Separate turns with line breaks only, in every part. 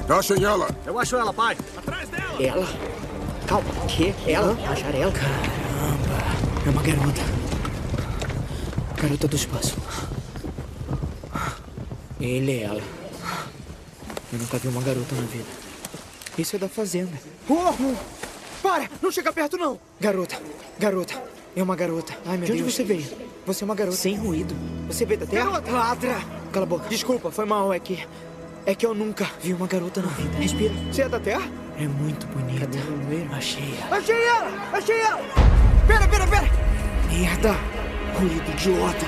Achem ela.
Eu acho ela, pai. Atrás dela.
Ela? Calma, que? Ela? Achar ela?
Caramba, é uma garota. Garota do espaço.
Ele é ela.
Eu nunca vi uma garota na vida.
Isso é da fazenda.
Oh! Para! Não chega perto, não! Garota. É uma garota. Ai, meu Deus.
De onde você veio?
Você é uma garota.
Sem ruído. Você veio da terra?
Garota! Ladra!
Cala a boca.
Desculpa, foi mal. É que eu nunca vi uma garota na vida.
Respira.
Você é da terra?
É muito bonita.
Cadê o loiro?
Achei ela.
Achei ela! Pera!
Merda! Ruído idiota.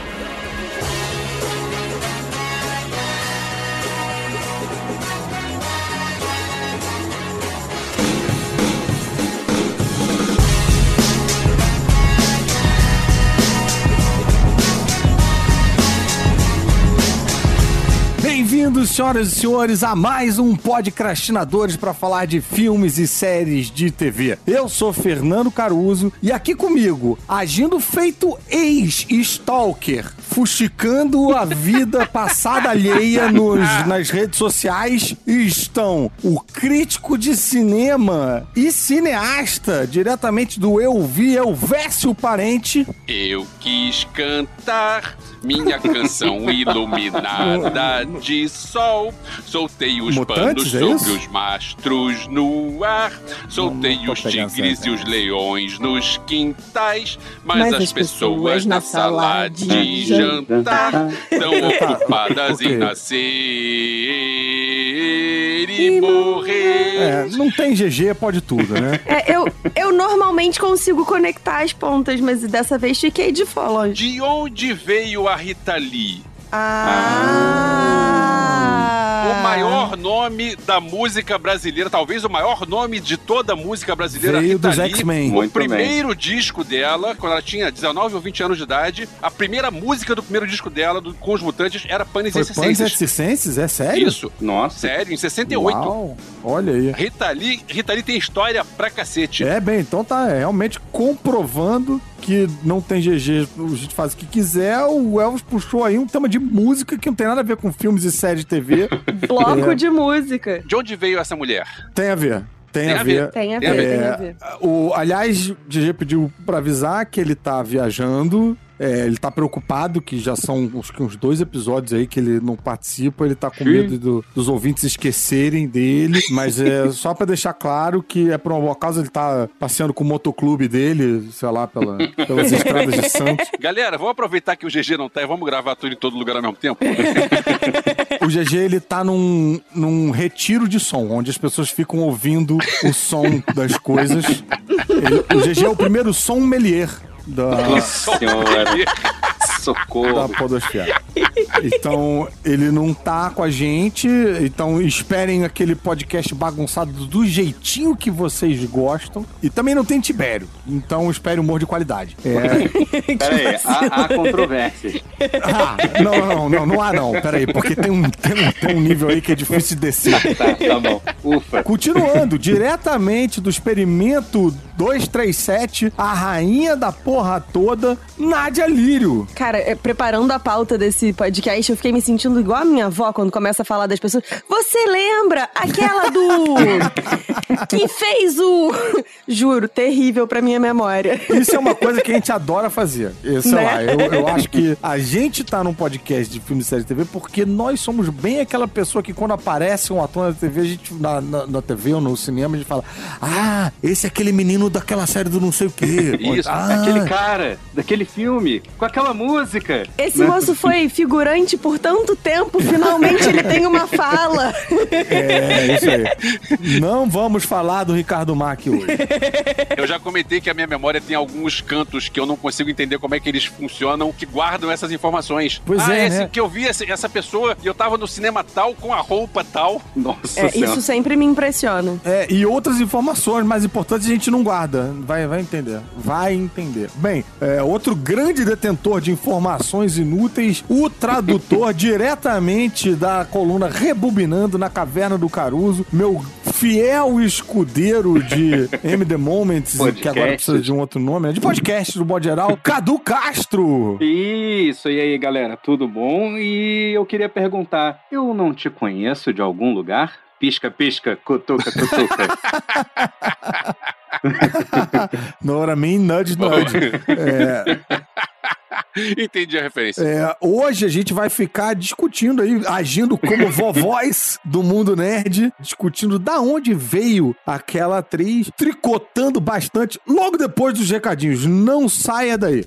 Bem-vindos, senhoras e senhores, a mais um Podcrastinadores para falar de filmes e séries de TV. Eu sou Fernando Caruso e aqui comigo, agindo feito ex-stalker, fuxicando a vida passada alheia nas redes sociais, estão o crítico de cinema e cineasta, diretamente do Eu Vi, Elvésio Parente.
Eu quis cantar minha canção iluminada de sol. Soltei os
Mutantes,
panos sobre os mastros no ar. Soltei os tigres e os leões nos quintais. Mas as pessoas na sala de jantar estão ocupadas em nascer e morrer.
Não tem GG, pode tudo, né?
Eu normalmente consigo conectar as pontas, mas dessa vez fiquei de fora.
De onde veio a Rita Lee? O maior nome da música brasileira, talvez o maior nome de toda a música brasileira,
veio
Rita
dos
Lee.
X-Men.
O primeiro disco dela, quando ela tinha 19 ou 20 anos de idade, a primeira música do primeiro disco dela, com os Mutantes, era Panis e
Panis e Circenses? É sério?
Isso.
Nossa.
Sério, em 68.
Uau, olha aí.
Rita Lee tem história pra cacete.
Então tá realmente comprovando que não tem GG, a gente faz o que quiser. O Elvis puxou aí um tema de música que não tem nada a ver com filmes e séries de TV.
Bloco de música.
De onde veio essa mulher?
Tem a ver. Tem a ver. Aliás, o GG pediu pra avisar que ele tá viajando. Ele tá preocupado, que já são uns 2 episódios aí que ele não participa, ele tá com medo dos ouvintes esquecerem dele, mas é só pra deixar claro que é por uma boa causa, ele tá passeando com o motoclube dele, sei lá, pelas estradas de Santos.
Galera, vamos aproveitar que o GG não tá e vamos gravar tudo em todo lugar ao mesmo tempo?
O GG, ele tá num retiro de som, onde as pessoas ficam ouvindo o som das coisas. O GG é o primeiro sommelier
Nossa senhora. Socorro.
Da podosfera. Então, ele não tá com a gente. Então, esperem aquele podcast bagunçado do jeitinho que vocês gostam. E também não tem Tibério. Então, espere humor de qualidade.
Peraí, há controvérsias.
Não há não. Peraí, porque tem um nível aí que é difícil de descer.
Tá bom. Ufa.
Continuando, diretamente do experimento 237, a rainha da porra toda, Nádia Lírio.
Cara, preparando a pauta desse podcast, eu fiquei me sentindo igual a minha avó quando começa a falar das pessoas. Você lembra aquela que fez o... Juro, terrível pra minha memória.
Isso é uma coisa que a gente adora fazer. Sei lá, eu acho que a gente tá num podcast de filme e série de TV porque nós somos bem aquela pessoa que quando aparece um ator na TV, a gente, na TV ou no cinema, a gente fala: esse é aquele menino daquela série do não sei o quê.
Isso, aquele cara, daquele filme, com aquela música.
Esse moço foi figurante por tanto tempo, finalmente ele tem uma fala.
É isso aí. Não vamos falar do Ricardo Mack hoje.
Eu já comentei que a minha memória tem alguns cantos que eu não consigo entender como é que eles funcionam, que guardam essas informações.
Pois né?
Que eu vi essa pessoa e eu tava no cinema tal, com a roupa tal.
Nossa Senhora.
Isso sempre me impressiona.
E outras informações mais importantes a gente não guarda. Vai entender. Vai entender. Bem, outro grande detentor de informações inúteis, o tradutor diretamente da coluna Rebobinando na Caverna do Caruso, meu fiel escudeiro de M.The. Moments, que agora precisa de um outro nome, né? De podcast do modo geral, Cadu Castro.
Isso, e aí, galera, tudo bom? E eu queria perguntar, eu não te conheço de algum lugar? Pisca, pisca, cutuca, cutuca.
Nora Man, nudge, nudge.
Entendi a referência.
Hoje a gente vai ficar discutindo aí, agindo como vovós do mundo nerd, discutindo da onde veio aquela atriz, tricotando bastante logo depois dos recadinhos. Não saia daí.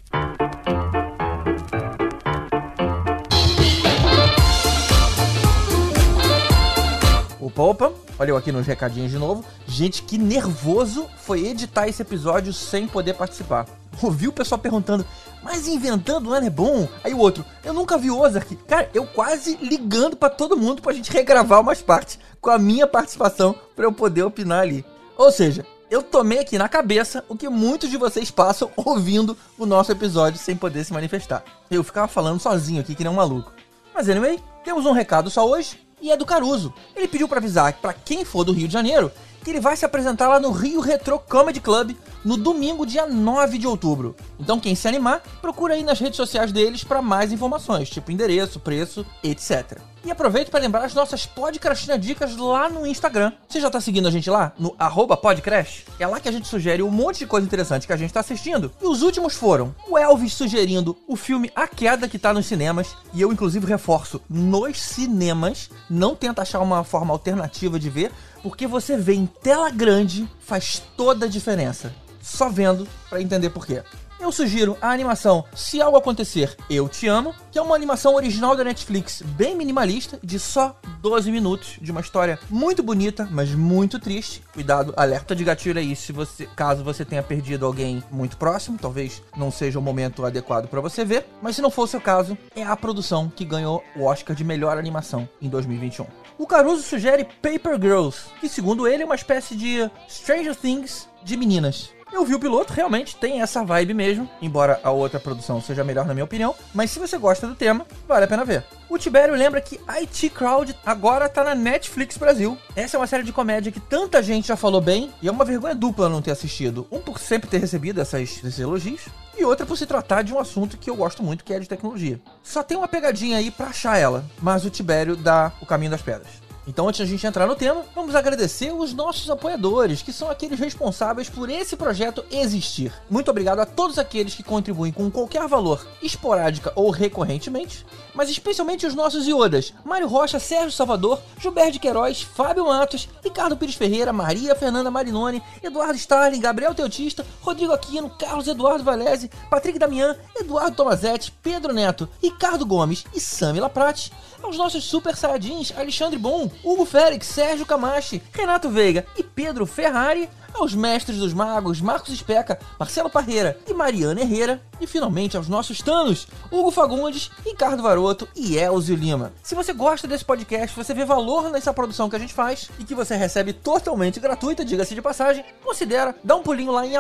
Opa, olha eu aqui nos recadinhos de novo. Gente, que nervoso foi editar esse episódio sem poder participar. Ouvi o pessoal perguntando, mas Inventando não é bom? Aí o outro, eu nunca vi Ozark. Cara, eu quase ligando pra todo mundo pra gente regravar umas partes com a minha participação pra eu poder opinar ali. Ou seja, eu tomei aqui na cabeça o que muitos de vocês passam ouvindo o nosso episódio sem poder se manifestar. Eu ficava falando sozinho aqui que nem um maluco. Mas anyway, temos um recado só hoje. E é do Caruso. Ele pediu pra avisar que pra quem for do Rio de Janeiro, que ele vai se apresentar lá no Rio Retro Comedy Club no domingo, dia 9 de outubro. Então quem se animar, procura aí nas redes sociais deles pra mais informações, tipo endereço, preço, etc. E aproveito para lembrar as nossas Podcrastina Dicas lá no Instagram. Você já tá seguindo a gente lá? No @podcrash? É lá que a gente sugere um monte de coisa interessante que a gente tá assistindo. E os últimos foram o Elvis sugerindo o filme A Queda, que tá nos cinemas. E eu inclusive reforço, nos cinemas. Não tenta achar uma forma alternativa de ver, porque você vê em tela grande faz toda a diferença. Só vendo pra entender por quê. Eu sugiro a animação Se Algo Acontecer, Eu Te Amo, que é uma animação original da Netflix, bem minimalista, de só 12 minutos, de uma história muito bonita, mas muito triste. Cuidado, alerta de gatilho aí, caso você tenha perdido alguém muito próximo, talvez não seja o momento adequado para você ver, mas se não for o seu caso, é a produção que ganhou o Oscar de melhor animação em 2021. O Caruso sugere Paper Girls, que segundo ele é uma espécie de Stranger Things de meninas. Eu vi o piloto, realmente tem essa vibe mesmo, embora a outra produção seja melhor na minha opinião, mas se você gosta do tema, vale a pena ver. O Tibério lembra que IT Crowd agora tá na Netflix Brasil. Essa é uma série de comédia que tanta gente já falou bem, e é uma vergonha dupla não ter assistido. Um por sempre ter recebido esses elogios, e outra por se tratar de um assunto que eu gosto muito, que é de tecnologia. Só tem uma pegadinha aí pra achar ela, mas o Tibério dá o caminho das pedras. Então, antes de a gente entrar no tema, vamos agradecer os nossos apoiadores, que são aqueles responsáveis por esse projeto existir. Muito obrigado a todos aqueles que contribuem com qualquer valor, esporádica ou recorrentemente, mas especialmente os nossos iodas: Mário Rocha, Sérgio Salvador, Gilberto de Queiroz, Fábio Matos, Ricardo Pires Ferreira, Maria Fernanda Marinoni, Eduardo Starling, Gabriel Teotista, Rodrigo Aquino, Carlos Eduardo Valese, Patrick Damian, Eduardo Tomazetti, Pedro Neto, Ricardo Gomes e Sami Laprati. Aos nossos super saiyajins Alexandre Bon, Hugo Félix, Sérgio Camachi, Renato Veiga e Pedro Ferrari, aos mestres dos magos Marcos Especa, Marcelo Parreira e Mariana Herrera, e finalmente aos nossos tanos, Hugo Fagundes, Ricardo Varoto e Elzio Lima. Se você gosta desse podcast, você vê valor nessa produção que a gente faz e que você recebe totalmente gratuita, diga-se de passagem, considera dar um pulinho lá em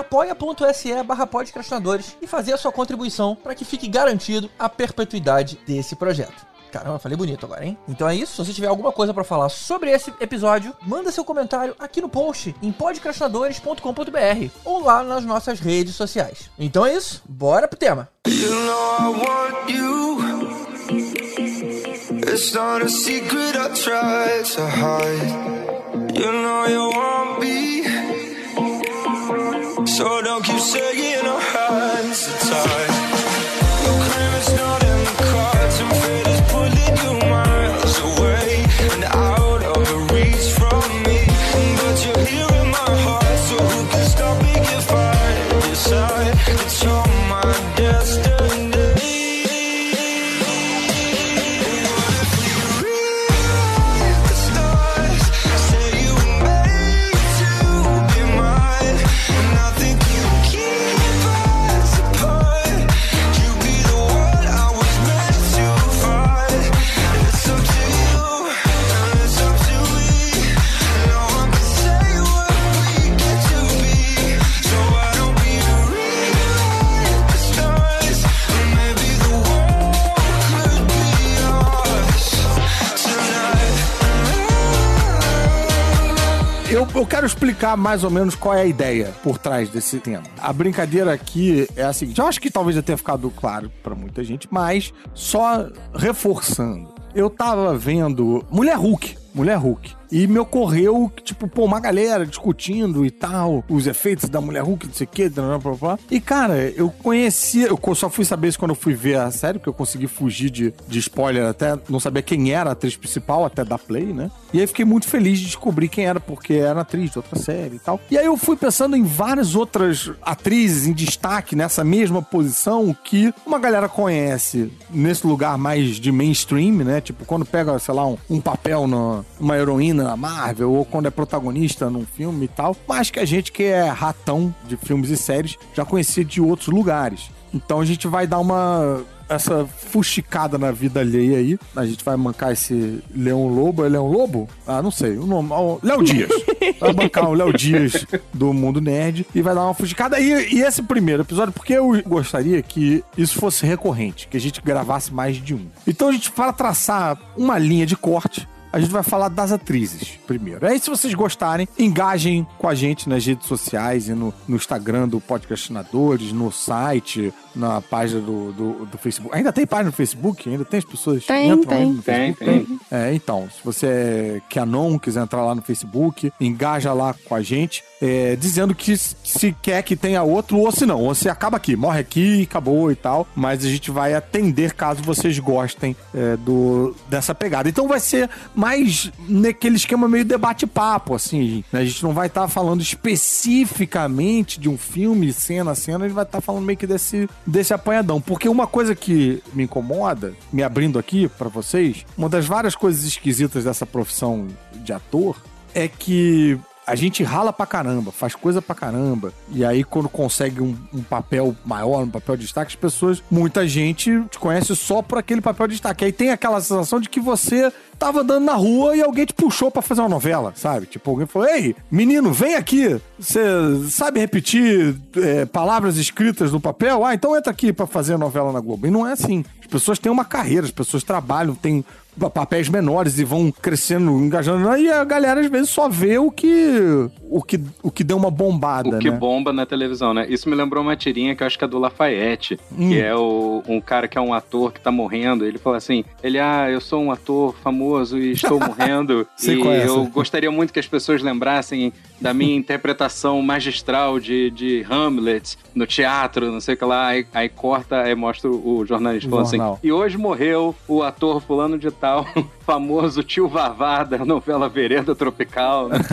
apoia.se/podcrastinadores e fazer a sua contribuição para que fique garantido a perpetuidade desse projeto. Caramba, falei bonito agora, hein? Então é isso, se você tiver alguma coisa pra falar sobre esse episódio, manda seu comentário aqui no post, em podcrastinadores.com.br ou lá nas nossas redes sociais. Então é isso, bora pro tema!
You know I want you. It's not a secret I try to hide. You know you want me. So don't keep saying our hands are tied. Your crime is not in the cards, and fate is pulling you miles away and out of reach from me. But you're here in my heart, so who can stop me if I decide that you're my destiny?
Eu quero explicar mais ou menos qual é a ideia por trás desse tema. A brincadeira aqui é a seguinte, eu acho que talvez já tenha ficado claro pra muita gente, mas só reforçando. Eu tava vendo Mulher Hulk. E me ocorreu, tipo, pô, uma galera discutindo e tal, os efeitos da Mulher Hulk, não sei o que, blá, blá, blá. E, cara, eu só fui saber isso quando eu fui ver a série, porque eu consegui fugir de spoiler, até não sabia quem era a atriz principal, até da Play, né? E aí fiquei muito feliz de descobrir quem era, porque era atriz de outra série e tal. E aí eu fui pensando em várias outras atrizes em destaque nessa mesma posição que uma galera conhece nesse lugar mais de mainstream, né? Tipo, quando pega, sei lá, um papel numa heroína na Marvel, ou quando é protagonista num filme e tal, mas que a gente que é ratão de filmes e séries já conhecia de outros lugares. Então a gente vai dar essa fuxicada na vida alheia aí. A gente vai mancar esse Leão Lobo. É Leão Lobo? Ah, não sei. O nome. Léo Dias. Vai bancar o Léo Dias do Mundo Nerd e vai dar uma fuxicada. E esse primeiro episódio, porque eu gostaria que isso fosse recorrente, que a gente gravasse mais de um. Então a gente, para traçar uma linha de corte, a gente vai falar das atrizes primeiro. Aí, se vocês gostarem, engajem com a gente nas redes sociais e no Instagram do Podcastinadores, no site, na página do Facebook. Ainda tem página no Facebook? Ainda tem as pessoas
entram
aí no Facebook? Tem. Então, se você é Canon, quiser entrar lá no Facebook, engaja lá com a gente, dizendo que se quer que tenha outro, ou se não, ou se acaba aqui, morre aqui, acabou e tal, mas a gente vai atender caso vocês gostem dessa pegada. Então vai ser mais naquele esquema meio debate-papo, assim, né? A gente não vai estar falando especificamente de um filme, cena a cena, a gente vai estar falando meio que desse apanhadão. Porque uma coisa que me incomoda, me abrindo aqui pra vocês, uma das várias coisas esquisitas dessa profissão de ator é que a gente rala pra caramba, faz coisa pra caramba. E aí, quando consegue um papel maior, um papel de destaque, as pessoas, muita gente te conhece só por aquele papel de destaque. Aí tem aquela sensação de que você tava andando na rua e alguém te puxou pra fazer uma novela, sabe? Tipo, alguém falou, ei, menino, vem aqui. Você sabe repetir palavras escritas no papel? Ah, então entra aqui pra fazer a novela na Globo. E não é assim. As pessoas têm uma carreira, as pessoas trabalham, têm papéis menores e vão crescendo, engajando. E a galera, às vezes, só vê o que deu uma bombada,
o que
né?
bomba na televisão, né? Isso me lembrou uma tirinha que eu acho que é do Lafayette, que é um cara que é um ator que tá morrendo. Ele fala assim, eu sou um ator famoso e estou morrendo. E eu gostaria muito que as pessoas lembrassem da minha interpretação magistral de Hamlet no teatro, não sei o que lá. Aí corta, aí mostra o jornalista falando assim, e hoje morreu o ator fulano de tal, famoso tio Vavá da novela Vereda Tropical. Né?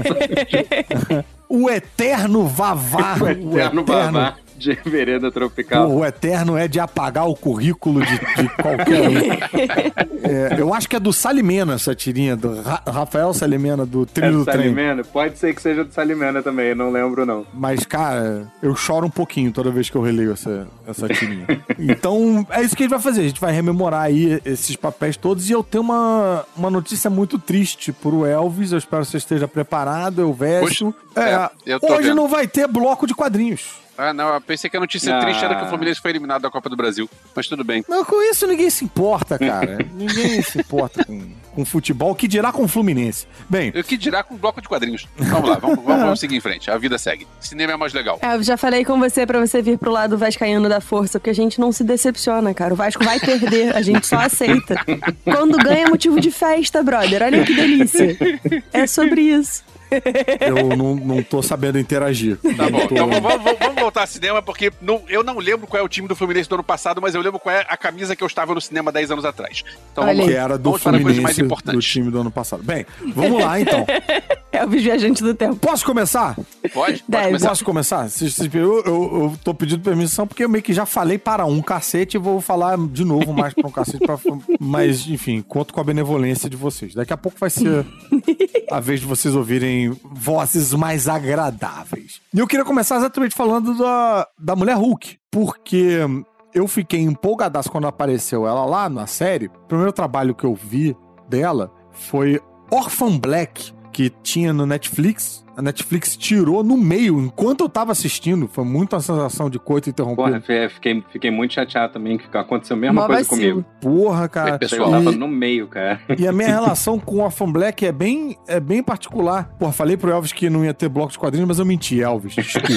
O eterno Vavá.
O eterno Vavá de Vereda Tropical.
O eterno é de apagar o currículo de qualquer um. Eu acho que é do Salimena essa tirinha, do Rafael Salimena, do Trilho do Trem.
Salimena? Pode ser que seja do Salimena também, não lembro não.
Mas, cara, eu choro um pouquinho toda vez que eu releio essa tirinha. Então, é isso que a gente vai fazer. A gente vai rememorar aí esses papéis todos. E eu tenho uma notícia muito triste pro Elvis. Eu espero que você esteja preparado, eu vesto. Hoje não vai ter bloco de quadrinhos.
Ah, não, eu pensei que a notícia triste era que o Fluminense foi eliminado da Copa do Brasil, mas tudo bem.
Não, com isso ninguém se importa, cara. Ninguém se importa com futebol, o que dirá com o Fluminense. Bem...
O que dirá com o bloco de quadrinhos. Vamos lá, vamos seguir em frente, a vida segue. Cinema é mais legal.
Eu já falei com você pra você vir pro lado vascaíno da força, porque a gente não se decepciona, cara. O Vasco vai perder, a gente só aceita. Quando ganha é motivo de festa, brother. Olha que delícia. É sobre isso.
Eu não tô sabendo interagir.
Tá bom, então vamos voltar ao cinema, porque eu não lembro qual é o time do Fluminense do ano passado, mas eu lembro qual é a camisa que eu estava no cinema 10 anos atrás. Então vamos
que era do Fluminense do time do ano passado. Bem, vamos lá então.
É o viajante do tempo.
Posso começar?
Pode começar.
Posso começar? Eu tô pedindo permissão porque eu meio que já falei para um cacete e vou falar de novo mais para um cacete. Mas, enfim, conto com a benevolência de vocês. Daqui a pouco vai ser a vez de vocês ouvirem vozes mais agradáveis. E eu queria começar exatamente falando da Mulher Hulk, porque eu fiquei empolgadaço quando apareceu ela lá na série. O primeiro trabalho que eu vi dela foi Orphan Black, que tinha no Netflix, A Netflix tirou no meio, enquanto eu tava assistindo. Foi muito uma sensação de coito interrompido.
Porra, fiquei muito chateado também, que aconteceu a mesma coisa comigo.
Porra, cara.
O pessoal tava no meio, cara.
E a minha relação com o Orphan Black é bem particular. Porra, falei pro Elvis que não ia ter bloco de quadrinhos, mas eu menti, Elvis. Desculpa.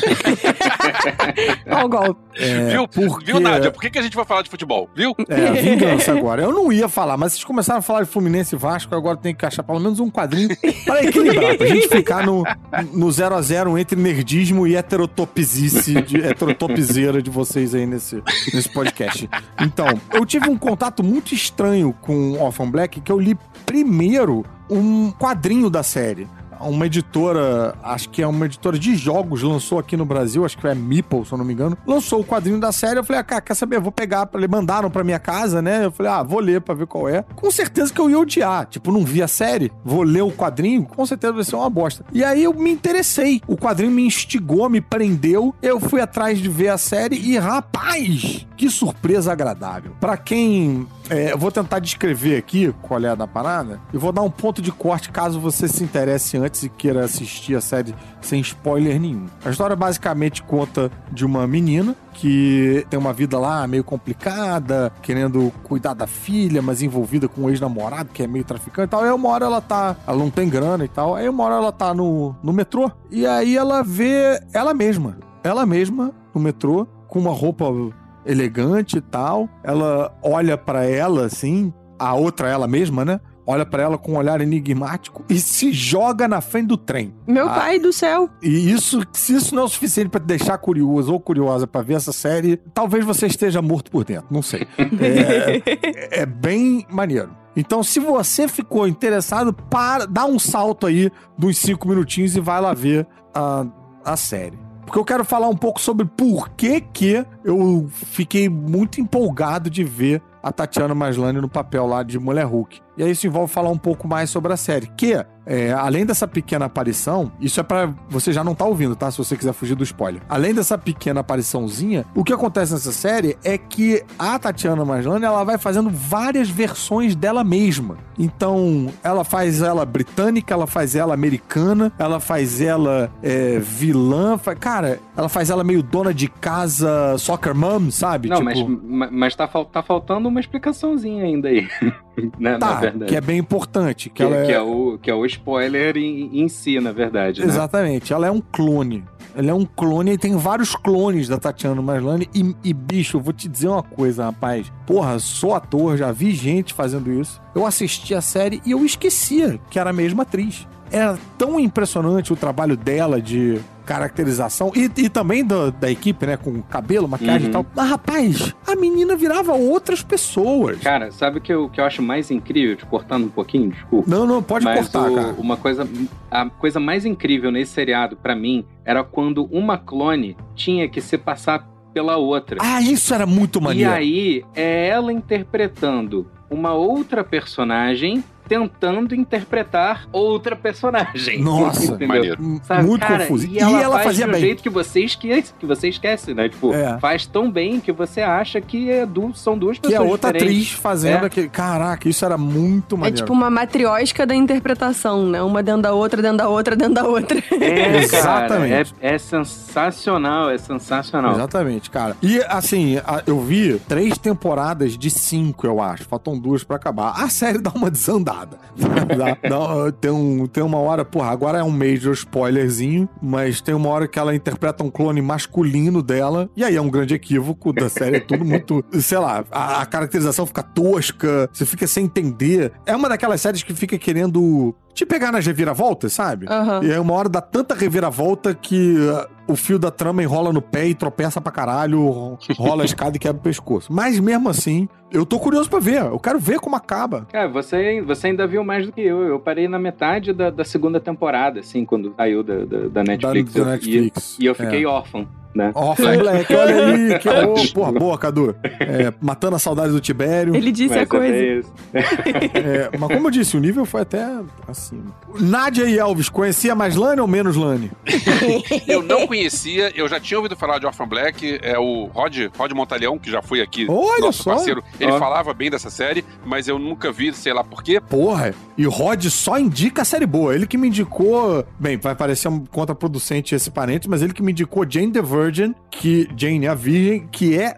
Viu, Nádia? Por que a gente vai falar de futebol? Viu?
Vingança agora. Eu não ia falar, mas vocês começaram a falar de Fluminense e Vasco, agora tem que achar pelo menos um quadrinho para equilibrar, pra gente ficar no 0x0 entre nerdismo e heterotopizeira de vocês aí nesse podcast. Então, eu tive um contato muito estranho com Orphan Black, que eu li primeiro um quadrinho da série. Uma editora, acho que é uma editora de jogos, lançou aqui no Brasil, acho que é Meeple, se eu não me engano, lançou o quadrinho da série. Eu falei, cara, quer saber? Eu vou pegar, mandaram pra minha casa, né? Eu falei, vou ler pra ver qual é. Com certeza que eu ia odiar. Tipo, não vi a série, vou ler o quadrinho, com certeza vai ser uma bosta. E aí eu me interessei. O quadrinho me instigou, me prendeu. Eu fui atrás de ver a série e, rapaz, que surpresa agradável. Pra quem... eu vou tentar descrever aqui qual é a da parada e vou dar um ponto de corte caso você se interesse antes e queira assistir a série sem spoiler nenhum. A história basicamente conta de uma menina que tem uma vida lá meio complicada, querendo cuidar da filha, mas envolvida com um ex-namorado que é meio traficante e tal. Aí uma hora ela não tem grana e tal. Aí uma hora ela tá no metrô e aí ela vê ela mesma no metrô com uma roupa elegante e tal. Ela olha pra ela assim, a outra ela mesma, né? Olha pra ela com um olhar enigmático e se joga na frente do trem.
Meu pai do céu.
E se isso não é o suficiente pra te deixar curioso ou curiosa pra ver essa série, talvez você esteja morto por dentro, não sei. É bem maneiro. Então, se você ficou interessado, dá um salto aí dos 5 minutinhos e vai lá ver a série. Porque eu quero falar um pouco sobre por que eu fiquei muito empolgado de ver a Tatiana Maslany no papel lá de Mulher Hulk. E aí isso envolve falar um pouco mais sobre a série. Que, além dessa pequena aparição, isso é pra você já não tá ouvindo, tá? Se você quiser fugir do spoiler. Além dessa pequena apariçãozinha, o que acontece nessa série é que a Tatiana Maslany, ela vai fazendo várias versões dela mesma. Então, ela faz ela britânica, ela faz ela americana, ela faz ela vilã. Cara, ela faz ela meio dona de casa, soccer mom, sabe?
Não, tipo... mas tá faltando uma explicaçãozinha ainda aí. Né,
tá, que é bem importante. Que
é o spoiler em si, na verdade. Né?
Exatamente, ela é um clone. Ela é um clone e tem vários clones da Tatiana Maslany. E, bicho, eu vou te dizer uma coisa, rapaz. Porra, sou ator, já vi gente fazendo isso. Eu assisti a série e eu esquecia que era a mesma atriz. Era tão impressionante o trabalho dela de caracterização e também da equipe, né? Com cabelo, maquiagem e tal. Mas, rapaz, a menina virava outras pessoas.
Cara, sabe o que eu acho mais incrível? Te cortando um pouquinho, desculpa.
Não, pode cortar, cara.
A coisa mais incrível nesse seriado, pra mim, era quando uma clone tinha que se passar pela outra.
Isso era muito maneiro.
E aí, é ela interpretando uma outra personagem tentando interpretar outra personagem.
Nossa,
maneiro. Sabe,
muito
cara,
confuso.
E ela
fazia
de um
bem.
jeito que você esquece, né? Tipo, faz tão bem que você acha que são duas pessoas
que é outra
diferentes.
Atriz fazendo aquele... Caraca, isso era muito maneiro.
É tipo uma matriosca da interpretação, né? Uma dentro da outra, dentro da outra, dentro da outra.
Exatamente.
É sensacional, é sensacional.
Exatamente, cara. E, assim, eu vi 3 temporadas de 5, eu acho. Faltam 2 pra acabar. A série dá uma desandada. Tem uma hora, porra, agora é um major spoilerzinho, mas tem uma hora que ela interpreta um clone masculino dela, e aí é um grande equívoco da série, é tudo muito, sei lá, a caracterização fica tosca, você fica sem entender. É uma daquelas séries que fica querendo te pegar nas reviravoltas, sabe? E aí uma hora dá tanta reviravolta que o fio da trama enrola no pé e tropeça pra caralho, rola a escada e quebra o pescoço. Mas mesmo assim, eu tô curioso pra ver. Eu quero ver como acaba.
Cara, você ainda viu mais do que eu. Eu parei na metade da segunda temporada, assim, quando saiu da Netflix.
Da Netflix.
E eu fiquei órfão. né?
Orphan Black, olha aí. Porra, boa, Cadu. Matando a saudade do Tibério.
Ele disse a coisa.
Mas como eu disse, o nível foi até assim. Nádia e Elvis, conhecia mais Lani ou menos Lani?
Eu não conhecia, eu já tinha ouvido falar de Orphan Black, o Rod Montalhão, que já foi aqui, nosso parceiro, ele falava bem dessa série, mas eu nunca vi, sei lá por quê.
Porra, e Rod só indica a série boa. Ele que me indicou, bem, vai parecer um contraproducente esse parente, mas ele que me indicou Jane the Virgin, Jane a Virgem, que é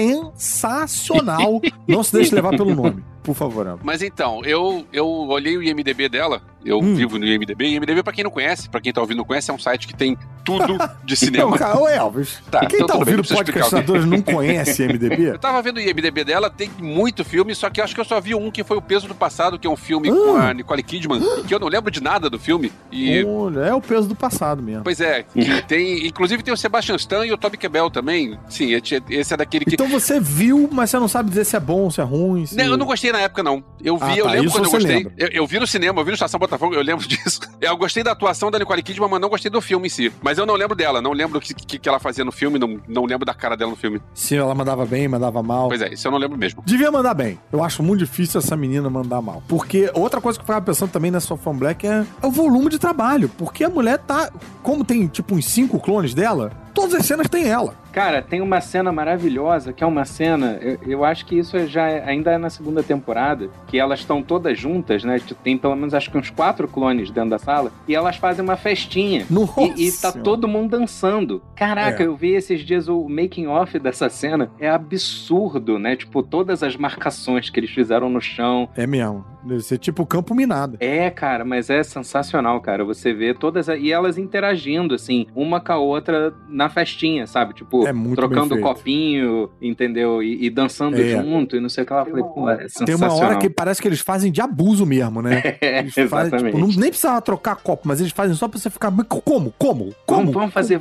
sensacional. Não se deixe levar pelo nome. Por favor, Elvis.
Mas então, eu olhei o IMDB dela, eu vivo no IMDB. IMDB, pra quem não conhece, pra quem tá ouvindo não conhece, é um site que tem tudo de cinema.
Não, cara, ô Elvis, quem então, tá ouvindo podcastadores não conhece IMDB?
Eu tava vendo o IMDB dela, tem muito filme, só que eu acho que eu só vi um que foi O Peso do Passado, que é um filme com a Nicole Kidman, que eu não lembro de nada do filme.
Olha, é O Peso do Passado mesmo.
Pois é, inclusive tem o Sebastian Stan e o Toby Kebbell também. Sim, esse é daquele que...
Então você viu, mas você não sabe dizer se é bom, se é ruim.
Não, eu não gostei na época, não. Eu vi, eu lembro quando eu gostei. Eu vi no cinema, eu vi no Estação Botafogo, eu lembro disso. Eu gostei da atuação da Nicole Kidman, mas não gostei do filme em si. Mas eu não lembro dela, não lembro o que ela fazia no filme, não lembro da cara dela no filme.
Se ela mandava bem, mandava mal.
Pois é, isso eu não lembro mesmo.
Devia mandar bem. Eu acho muito difícil essa menina mandar mal. Porque outra coisa que eu ficava pensando também nessa Orphan Black é o volume de trabalho. Porque a mulher tá... Como tem, tipo, uns 5 clones dela, todas as cenas tem ela.
Cara, tem uma cena maravilhosa, que é uma cena, eu acho que isso ainda é na segunda temporada, que elas estão todas juntas, né? Tem pelo menos acho que uns 4 clones dentro da sala, e elas fazem uma festinha. E tá todo mundo dançando. Caraca, eu vi esses dias o making off dessa cena, é absurdo, né? Tipo, todas as marcações que eles fizeram no chão.
É mesmo. Deve ser tipo campo minado.
É, cara, mas é sensacional, cara. Você vê todas... E elas interagindo, assim, uma com a outra na festinha, sabe? Tipo, trocando copinho, entendeu? E dançando junto e não sei o que ela falei, pô, é sensacional.
Tem uma hora que parece que eles fazem de abuso mesmo, né?
Exatamente.
Tipo, nem precisava trocar copo, mas eles fazem só pra você ficar... Como?
Vamos fazer.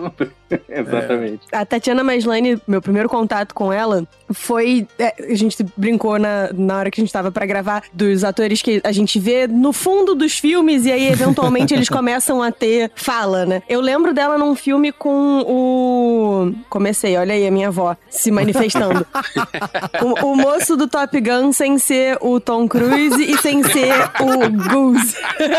Exatamente.
A Tatiana Maslany, meu primeiro contato com ela foi... a gente brincou na hora que a gente tava pra gravar dos atores que a gente vê no fundo dos filmes e aí, eventualmente, eles começam a ter fala, né? Eu lembro dela num filme com o... Comecei, olha aí a minha avó se manifestando. o moço do Top Gun sem ser o Tom Cruise e sem ser o Goose.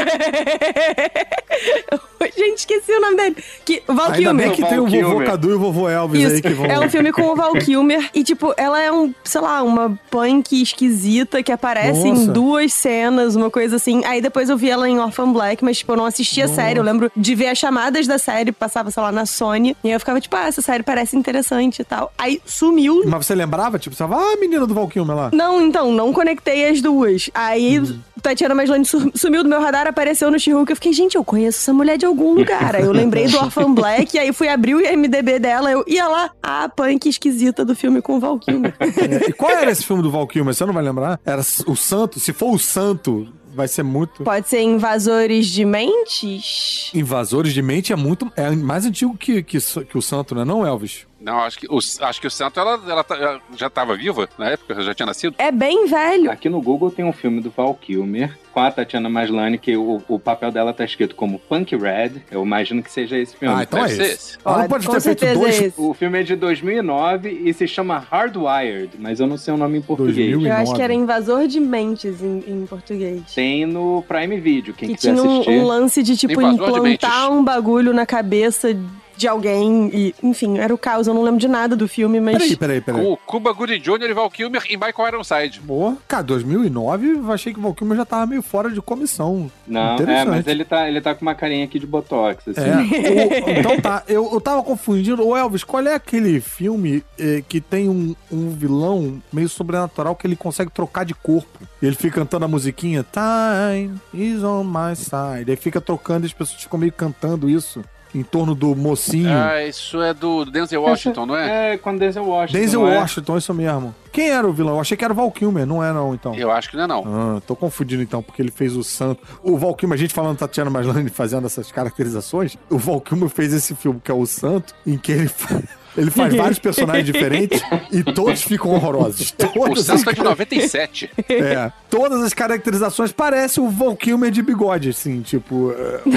Gente, esqueci o nome dele. O Val Kilmer.
Ainda bem que tem o vovô Cadu e o vovô Elvis. Isso, aí que vão...
É um filme com o Val Kilmer e, tipo, ela é uma punk esquisita que aparece em 2 cenas, uma coisa assim. Aí depois eu vi ela em Orphan Black, mas, tipo, eu não assistia a série. Eu lembro de ver as chamadas da série, passava, sei lá, na Sony. E aí eu ficava, tipo, essa série parece interessante e tal. Aí sumiu.
Mas você lembrava? Tipo, você falava, a menina do Val Kilmer lá.
Não, então, não conectei as duas. Aí Tatiana Maslany sumiu do meu radar, apareceu no She-Hulk. Eu fiquei, gente, eu conheço essa mulher de algum lugar. Aí eu lembrei do Orphan Black, e aí fui abrir o IMDB dela, eu ia lá, a punk esquisita do filme com o Val Kilmer.
E qual era esse filme do Val Kilmer? Você não vai lembrar? Era o Santo? Se for o Santo... Vai ser muito...
Pode ser Invasores de Mentes?
Invasores de Mente é muito... É mais antigo que o Santo, né? Não, Elvis?
Não, acho que o Santo, ela já estava viva na época, já tinha nascido.
É bem velho.
Aqui no Google tem um filme do Val Kilmer com a Tatiana Maslany, que o papel dela tá escrito como Punk Red. Eu imagino que seja esse filme.
Ah, então
Deve
é esse. Ela não pode ter feito 2...
O filme é de 2009 e se chama Hardwired, mas eu não sei o nome em português.
2009.
Eu acho que era Invasor de Mentes em português.
Tem no Prime Video, quem quiser
tinha
assistir.
Um lance de, tipo, implantar um bagulho na cabeça de alguém e, enfim, era o caos. Eu não lembro de nada do filme, mas...
Peraí.
Com o Cuba Gooding Jr. e Val Kilmer e Michael Ironside.
Boa. Cara, 2009, eu achei que o Val Kilmer já tava meio fora de comissão.
Não, mas ele tá com uma carinha aqui de botox, assim.
Então tá, eu tava confundindo. Ô Elvis, qual é aquele filme que tem um vilão meio sobrenatural que ele consegue trocar de corpo? E ele fica cantando a musiquinha Time is on my side. Aí fica trocando e as pessoas ficam meio cantando isso em torno do mocinho.
Ah, isso é do Denzel Washington, não é?
É, com Denzel Washington.
Denzel Washington, isso mesmo. Quem era o vilão? Eu achei que era o Val Kilmer, não é não, então.
Eu acho que não é não.
Ah, tô confundindo então, porque ele fez o Santo. O Val Kilmer, a gente falando Tatiana Maslany fazendo essas caracterizações, o Val Kilmer fez esse filme que é o Santo, em que ele Ele faz vários personagens diferentes e todos ficam horrorosos.
O Santo é de 97.
Todas as caracterizações parecem o Val Kilmer de bigode, assim, tipo...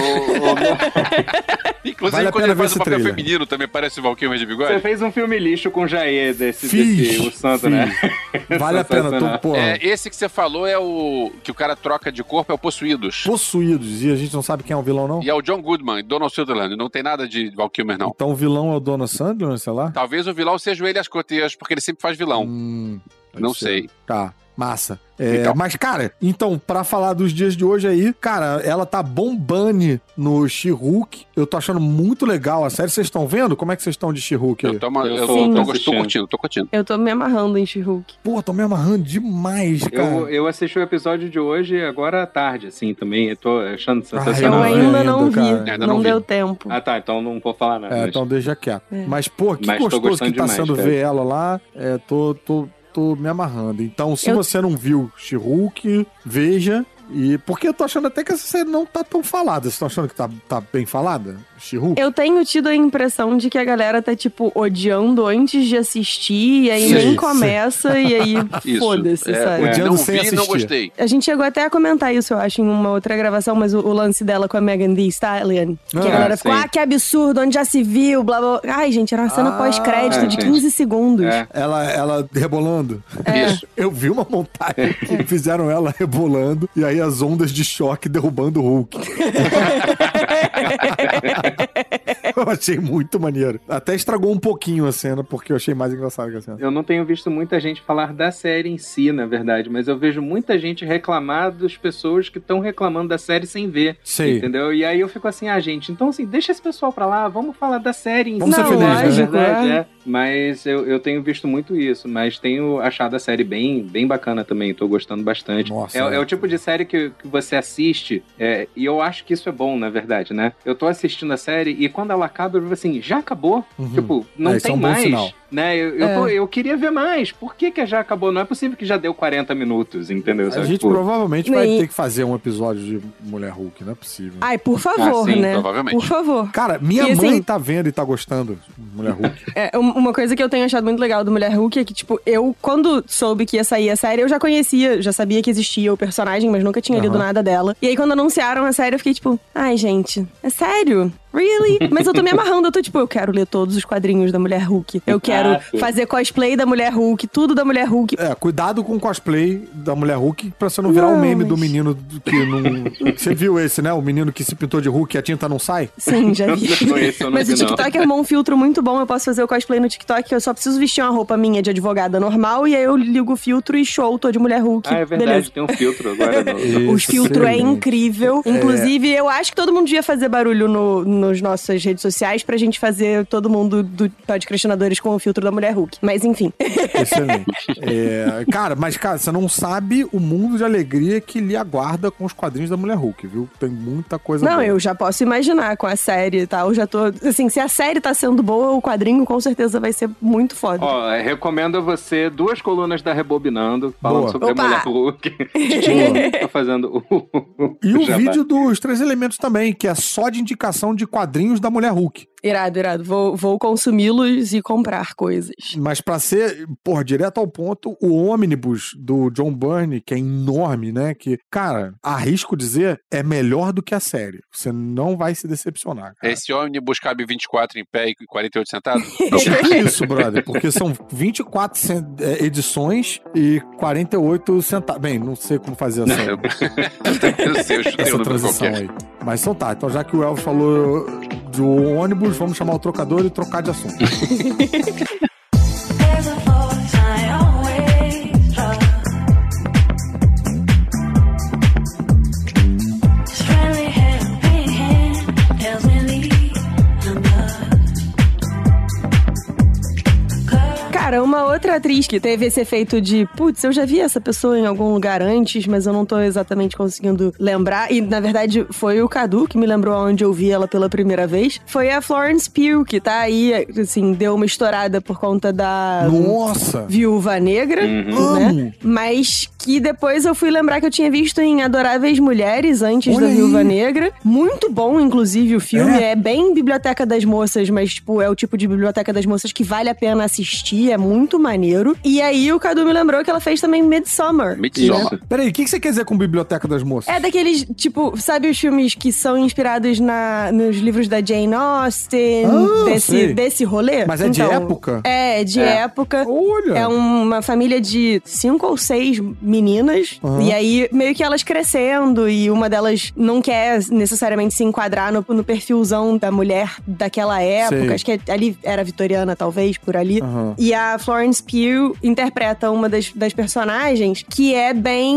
Inclusive,
vale
quando ele faz o papel feminino, também parece o Val Kilmer de bigode.
Você fez um filme lixo com o Jair desse o Santo, né?
Vale a pena.
Esse que você falou é o que o cara troca de corpo, é o Possuídos.
Possuídos, e a gente não sabe quem é o vilão, não?
E é o John Goodman, Donald Sutherland, não tem nada de Val Kilmer, não.
Então o vilão é o Donald Sutherland, sei lá?
Talvez o vilão seja o Elias Koteas, porque ele sempre faz vilão. Não sei.
Tá. Massa. Então. Mas, cara, então, pra falar dos dias de hoje aí, cara, ela tá bombando no She-Hulk. Eu tô achando muito legal a série. Vocês estão vendo? Como é que vocês estão de She-Hulk aí?
Eu tô curtindo.
Eu tô me amarrando em She-Hulk.
Pô, tô me amarrando demais, cara.
Eu assisti o episódio de hoje agora à tarde, assim, também. Eu tô achando sensacional.
Eu ainda não vi. Não deu tempo.
Ah, tá. Então não vou falar nada.
Então deixa quieto. Mas, pô, que gostoso que tá sendo ver ela lá. Tô me amarrando. Então, se você não viu She-Hulk, veja. Porque eu tô achando até que essa série não tá tão falada. Vocês estão achando que tá bem falada? She-Hulk?
Eu tenho tido a impressão de que a galera tá, tipo, odiando antes de assistir, e aí nem começa, e aí foda-se, sabe?
Odiando sem assistir. Não gostei.
A gente chegou até a comentar isso, eu acho, em uma outra gravação, mas o lance dela com a Megan Thee Stallion, que a galera ficou, que absurdo, onde já se viu, blá, blá. Ai, gente, era uma cena pós-crédito de 15 segundos.
Ela rebolando.
Isso.
Eu vi uma montagem que fizeram ela rebolando, e aí as ondas de choque derrubando o Hulk. Eu achei muito maneiro. Até estragou um pouquinho a cena, porque eu achei mais engraçado que a cena.
Eu não tenho visto muita gente falar da série em si, na verdade, mas eu vejo muita gente reclamar das pessoas que estão reclamando da série sem ver.
Sei.
Entendeu? E aí eu fico assim, gente, então assim, deixa esse pessoal pra lá, vamos falar da série em si.
Vamos ser felizes,
na verdade, Mas eu tenho visto muito isso, mas tenho achado a série bem bacana também, tô gostando bastante.
Nossa,
é o tipo de série que você assiste, e eu acho que isso é bom, na verdade, né? Eu tô assistindo a série e quando ela acaba, eu digo assim, já acabou? Tipo, não tem mais.
Sinal.
Né? Eu queria ver mais. Por que já acabou? Não é possível que já deu 40 minutos, entendeu?
A gente provavelmente vai ter que fazer um episódio de Mulher Hulk, não é possível.
Ai, por favor,
sim,
né?
Provavelmente.
Por favor.
Cara, minha mãe tá vendo e tá gostando de Mulher Hulk.
Uma coisa que eu tenho achado muito legal do Mulher Hulk é que, tipo, eu, quando soube que ia sair a série, eu já conhecia, já sabia que existia o personagem, mas nunca tinha lido nada dela. E aí, quando anunciaram a série, eu fiquei tipo, ai, gente, é sério? Really? Mas eu tô me amarrando, eu tô tipo, eu quero ler todos os quadrinhos da Mulher Hulk. Eu quero fazer cosplay da Mulher Hulk, tudo da Mulher Hulk.
Cuidado com o cosplay da Mulher Hulk pra você não virar um meme do menino que não... Você viu esse, né? O menino que se pintou de Hulk e a tinta não sai?
Sim, já vi. Mas o TikTok arrumou um filtro muito bom, eu posso fazer o cosplay no TikTok, eu só preciso vestir uma roupa minha de advogada normal e aí eu ligo o filtro e show, tô de Mulher Hulk.
É verdade, beleza. Tem um filtro agora.
Os filtros é incrível. Inclusive, eu acho que todo mundo devia fazer barulho nos nossas redes sociais pra gente fazer todo mundo do Podcastinadores com o filtro da Mulher Hulk. Mas enfim.
Excelente. Cara, você não sabe o mundo de alegria que lhe aguarda com os quadrinhos da Mulher Hulk, viu? Tem muita coisa boa.
Não, eu já posso imaginar com a série e tal. Já tô... Assim, se a série tá sendo boa, o quadrinho com certeza vai ser muito foda.
Recomendo a você 2 colunas da Rebobinando, falando sobre a Mulher Hulk. Tá fazendo
E o vídeo dos 3 elementos também, que é só de indicação de quadrinhos da Mulher Hulk.
Irado. Vou consumi-los e comprar coisas.
Mas pra ser, direto ao ponto, o ônibus do John Byrne, que é enorme, né? Que, cara, arrisco dizer, é melhor do que a série. Você não vai se decepcionar, cara.
Esse ônibus cabe 24 em pé e 48 sentados?
Tipo isso, brother. Porque são 24 edições e 48 sentados. Bem, não sei como fazer essa transição aí. Mas então já que o Elvis falou do ônibus, vamos chamar o trocador e trocar de assunto.
Cara, uma outra atriz que teve esse efeito de, putz, eu já vi essa pessoa em algum lugar antes, mas eu não tô exatamente conseguindo lembrar. E, na verdade, foi o Cadu que me lembrou onde eu vi ela pela primeira vez. Foi a Florence Pugh, que tá aí, assim, deu uma estourada por conta da Viúva Negra, né? Mas que depois eu fui lembrar que eu tinha visto em Adoráveis Mulheres antes da Viúva Negra. Muito bom, inclusive, o filme. É bem Biblioteca das Moças, mas, tipo, é o tipo de Biblioteca das Moças que vale a pena assistir. É muito maneiro. E aí o Cadu me lembrou que ela fez também Midsommar.
Midsommar. Peraí, o que você quer dizer com Biblioteca das Moças?
É daqueles, tipo, sabe os filmes que são inspirados nos livros da Jane Austen, desse rolê?
Mas é de época?
É, de época.
Olha!
É uma família de 5 ou 6 meninas, e aí meio que elas crescendo, e uma delas não quer necessariamente se enquadrar no perfilzão da mulher daquela época. Sei. Acho que ali era vitoriana, talvez, por ali. E a Florence Pugh interpreta uma das personagens que é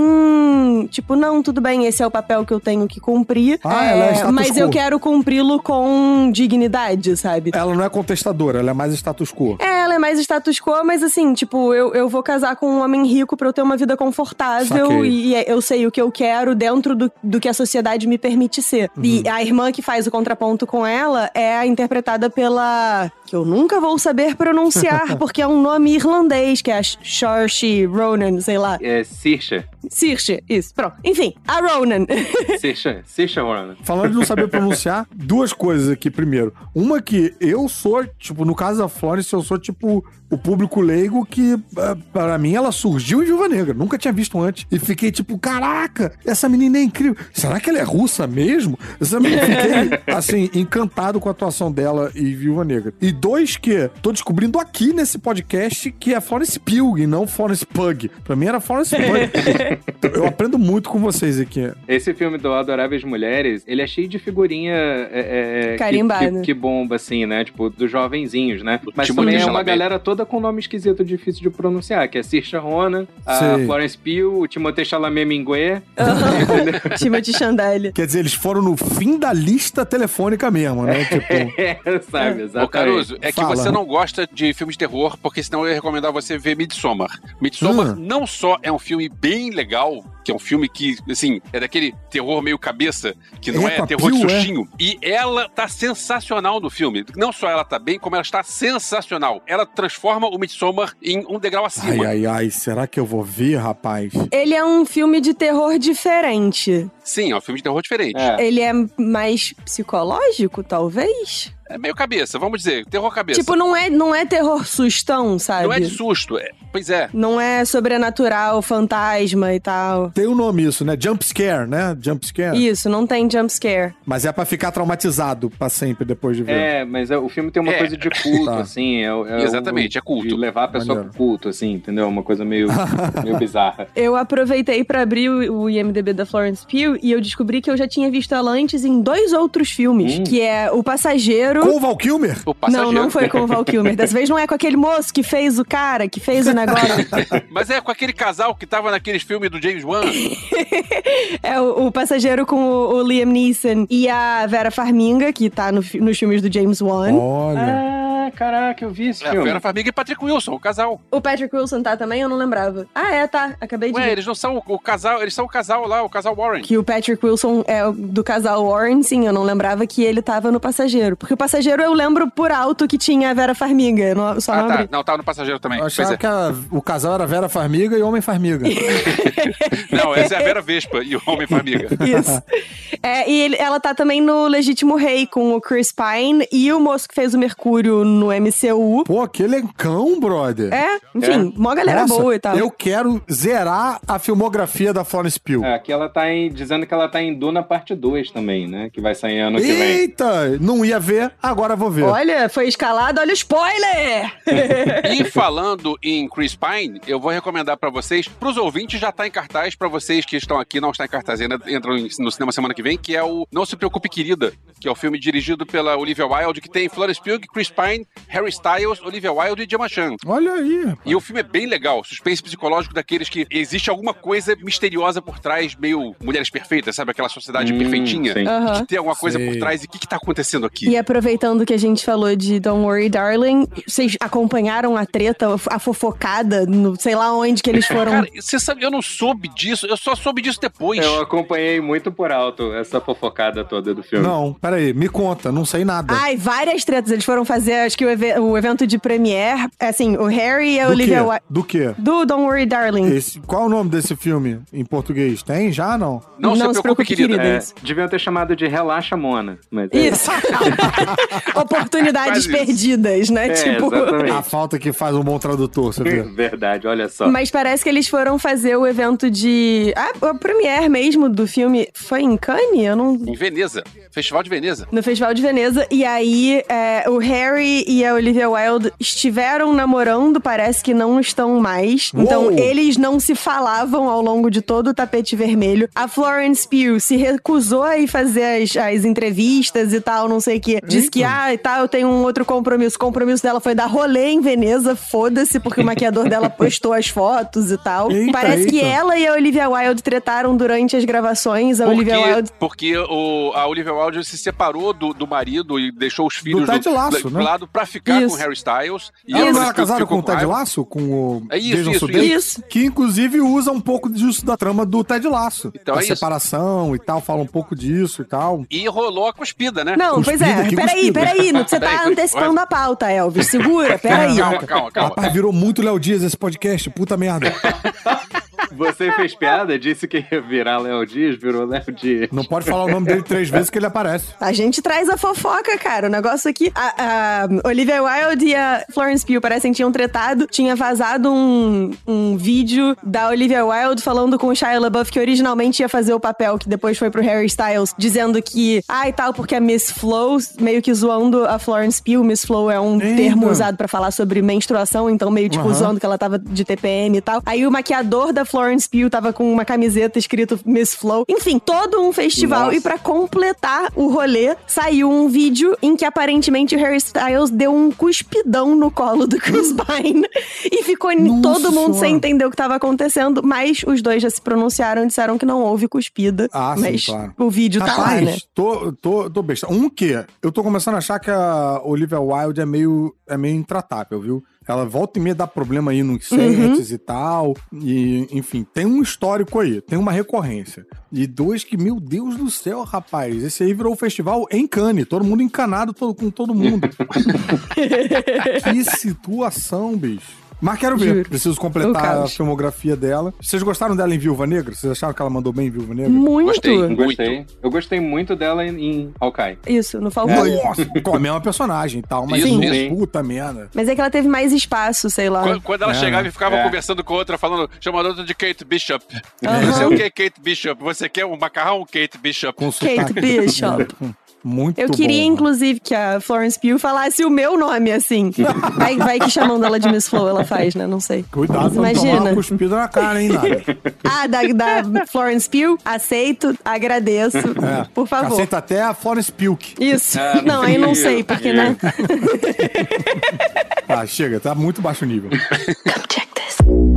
bem... Tipo, não, tudo bem, esse é o papel que eu tenho que cumprir.
Ela é status
mas
quo.
eu quero cumpri-lo com dignidade, sabe?
Ela não é contestadora, ela é mais status quo.
Ela é mais status quo, mas assim, tipo, eu vou casar com um homem rico pra eu ter uma vida confortável e eu sei o que eu quero dentro do que a sociedade me permite ser. E a irmã que faz o contraponto com ela é interpretada pela... que eu nunca vou saber pronunciar, porque é um nome irlandês, que é a Saoirse Ronan, sei lá.
É
Saoirse, isso, pronto. Enfim, a Ronan.
Saoirse Ronan.
Falando de não saber pronunciar, duas coisas aqui. Primeiro, uma que eu sou, tipo, no caso da Florence, eu sou, tipo, o público leigo que, para mim, ela surgiu em Viúva Negra. Nunca tinha visto antes. E fiquei, tipo, caraca, essa menina é incrível. Será que ela é russa mesmo? Fiquei, assim, encantado com a atuação dela em Viúva Negra. E dois, que tô descobrindo aqui nesse podcast que é Florence Pugh e não Florence Pugh. Pra mim era Florence Pugh. Eu aprendo muito com vocês aqui.
Esse filme do Adoráveis Mulheres, ele é cheio de figurinha
carimbada.
Que bomba, assim, né? Tipo, dos jovenzinhos, né? Mas também é uma galera toda com nome esquisito, difícil de pronunciar, que é Saoirse Ronan, a Florence Pugh, o Timothée Chalamet Minguet.
Timothée Chandelle.
Quer dizer, eles foram no fim da lista telefônica mesmo, né? Tipo...
sabe, exatamente.
Ô, Caruso, é que você não gosta de filmes de terror, porque senão eu ia recomendar você ver Midsommar. Midsommar não só é um filme bem legal, que é um filme que, assim, é daquele terror meio cabeça, que não é terror de sustinho. E ela tá sensacional no filme. Não só ela tá bem, como ela está sensacional. Ela transforma o Midsommar em um degrau acima.
Ai, será que eu vou ver, rapaz?
Ele é um filme de terror diferente.
Sim, é um filme de terror diferente.
Ele é mais psicológico, talvez?
É meio cabeça, vamos dizer, terror cabeça.
Tipo, não é terror sustão, sabe?
Não é de susto, pois é.
Não é sobrenatural, fantasma e tal.
Tem um nome isso, né? Jump scare, né? Jump scare.
Isso, não tem jump scare.
Mas é pra ficar traumatizado pra sempre depois de ver.
Mas o filme tem uma coisa de culto, assim.
Exatamente, é culto.
De levar a pessoa pro culto, assim, entendeu? Uma coisa meio bizarra.
Eu aproveitei pra abrir o IMDb da Florence Pugh e eu descobri que eu já tinha visto ela antes em 2 outros filmes, que é O Passageiro...
Com o Val Kilmer?
Não foi com o Val Kilmer. Dessa vez não é com aquele moço que fez o cara, que fez o negócio.
Mas é com aquele casal que tava naqueles filmes do James Wan.
É o Passageiro com o Liam Neeson e a Vera Farmiga, que tá nos filmes do James Wan.
Olha...
Caraca, eu vi esse filme.
Vera Farmiga e Patrick Wilson, o casal.
O Patrick Wilson tá também? Eu não lembrava. Tá. Acabei de ver.
Eles não são o casal, eles são o casal lá, o casal Warren.
Que o Patrick Wilson é do casal Warren, sim. Eu não lembrava que ele tava no Passageiro. Porque o Passageiro eu lembro por alto que tinha a Vera Farmiga.
Tá. Não, tava no Passageiro também.
Eu achava que o casal era Vera Farmiga e Homem Farmiga.
Não, essa é a Vera Vespa e o Homem Farmiga.
Isso. E ela tá também no Legítimo Rei com o Chris Pine e o moço que fez o Mercúrio no MCU.
Pô, que elencão, brother.
Enfim, mó galera boa e tal.
Eu quero zerar a filmografia da Florence Pugh.
Aqui ela tá dizendo que ela tá em Duna parte 2 também, né? Que vai sair ano que vem.
Eita! Não ia ver, agora vou ver.
Olha, foi escalado, olha o spoiler!
E falando em Chris Pine, eu vou recomendar pra vocês, pros ouvintes já tá em cartaz, pra vocês que estão aqui, não está em cartaz ainda, entram no cinema semana que vem, também, que é o Não Se Preocupe, Querida, que é o filme dirigido pela Olivia Wilde, que tem Florence Pugh, Chris Pine, Harry Styles, Olivia Wilde e Gemma Chan.
Olha aí, rapaz.
E o filme é bem legal, suspense psicológico daqueles que existe alguma coisa misteriosa por trás, meio Mulheres Perfeitas, sabe? Aquela sociedade perfeitinha, que tem alguma coisa por trás. E o que tá acontecendo aqui?
E aproveitando que a gente falou de Don't Worry, Darling, vocês acompanharam a treta, a fofocada, no sei lá onde que eles foram...
Cara, você sabe, eu não soube disso, eu só soube disso depois.
Eu acompanhei muito por alto essa fofocada toda do filme.
Não, peraí, me conta, não sei nada.
Ai, várias tretas. Eles foram fazer, acho que o evento de premiere, assim, o Harry e a
Do
Olivia
quê?
Wilde.
Do quê?
Do Don't Worry, Darling.
Qual é o nome desse filme em português? Tem já, não?
Não se preocupe, querida.
Deviam ter chamado de Relaxa, Mona. Mas
Isso. Oportunidades perdidas, né?
Exatamente.
A falta que faz um bom tradutor, você vê.
Verdade, olha só.
Mas parece que eles foram fazer o evento de... a premiere mesmo do filme foi em Cannes? Eu não...
Em Veneza. Festival de Veneza.
No Festival de Veneza. E aí, o Harry e a Olivia Wilde estiveram namorando, parece que não estão mais.
Uou.
Então, eles não se falavam ao longo de todo o tapete vermelho. A Florence Pugh se recusou a ir fazer as entrevistas e tal, não sei o quê. Disse que, e tal, eu tenho um outro compromisso. O compromisso dela foi dar rolê em Veneza, foda-se, porque o maquiador dela postou as fotos e tal. Parece que ela e a Olivia Wilde tretaram durante as gravações.
Porque a Olivia Wilde se separou do marido e deixou os filhos
do Ted Lasso,
do lado pra ficar com o Harry Styles. E ela
não era casada com o Ted Lasso? Com o Jason
Sudeikis?
Que inclusive usa um pouco disso da trama do Ted Lasso.
Então
a separação e tal, fala um pouco disso e tal.
E rolou a cuspida, né?
Não,
cuspida,
pois é. Peraí. Você tá antecipando a pauta, Elvis. Segura, peraí.
Calma.
Rapaz, virou muito Léo Dias esse podcast. Puta merda.
Você fez piada, disse que ia virar Léo Dias, virou Léo Dias.
Não pode falar o nome dele 3 vezes que ele aparece.
A gente traz a fofoca, cara. O negócio aqui... A Olivia Wilde e a Florence Pugh parecem que tinham tretado. Tinha vazado um vídeo da Olivia Wilde falando com o Shia LaBeouf, que originalmente ia fazer o papel, que depois foi pro Harry Styles, dizendo que... e tal, porque a Miss Flo, meio que zoando a Florence Pugh. Miss Flo é um termo usado pra falar sobre menstruação, então meio tipo zoando que ela tava de TPM e tal. Aí o maquiador da Florence Pugh tava com uma camiseta escrito Miss Flo. Enfim, todo um festival. Nossa. E pra completar o rolê, saiu um vídeo em que aparentemente o Harry Styles deu um cuspidão no colo do Chris Pine. E ficou todo mundo sem entender o que tava acontecendo, mas os dois já se pronunciaram e disseram que não houve cuspida. Mas
sim, claro.
O vídeo tá lá, né?
Tô besta. Eu tô começando a achar que a Olivia Wilde é meio intratável, viu? Ela volta e meia dá problema aí nos sets e tal. E, enfim, tem um histórico aí. Tem uma recorrência. E 2 que, meu Deus do céu, rapaz. Esse aí virou o festival em Cannes. Todo mundo encanado com todo mundo. Que situação, bicho. Mas quero ver.
Juro.
Preciso completar a filmografia dela. Vocês gostaram dela em Viúva Negra? Vocês acharam que ela mandou bem em Viúva Negra?
Muito.
Gostei. Eu gostei muito dela em Hawkeye.
Isso, no Falcão.
Nossa, com a mesma personagem e tal. Mas puta merda.
Mas é que ela teve mais espaço, sei lá.
Quando ela chegava e ficava conversando com outra, chamando outra de Kate Bishop. Você é o que, Kate Bishop? Você quer um macarrão, Kate Bishop?
Kate Bishop.
Muito
Eu queria,
bom,
inclusive, que a Florence Pugh falasse o meu nome, assim. Vai que chamando ela de Miss Flo ela faz, né? Não sei.
Cuidado pra não tomar uma cuspida na cara, hein, Nara?
Da Florence Pugh, aceito, agradeço, por favor.
Aceita até a Florence Pugh.
Isso. Não, aí não sei, porque, né?
Chega, tá muito baixo nível.
Come check this.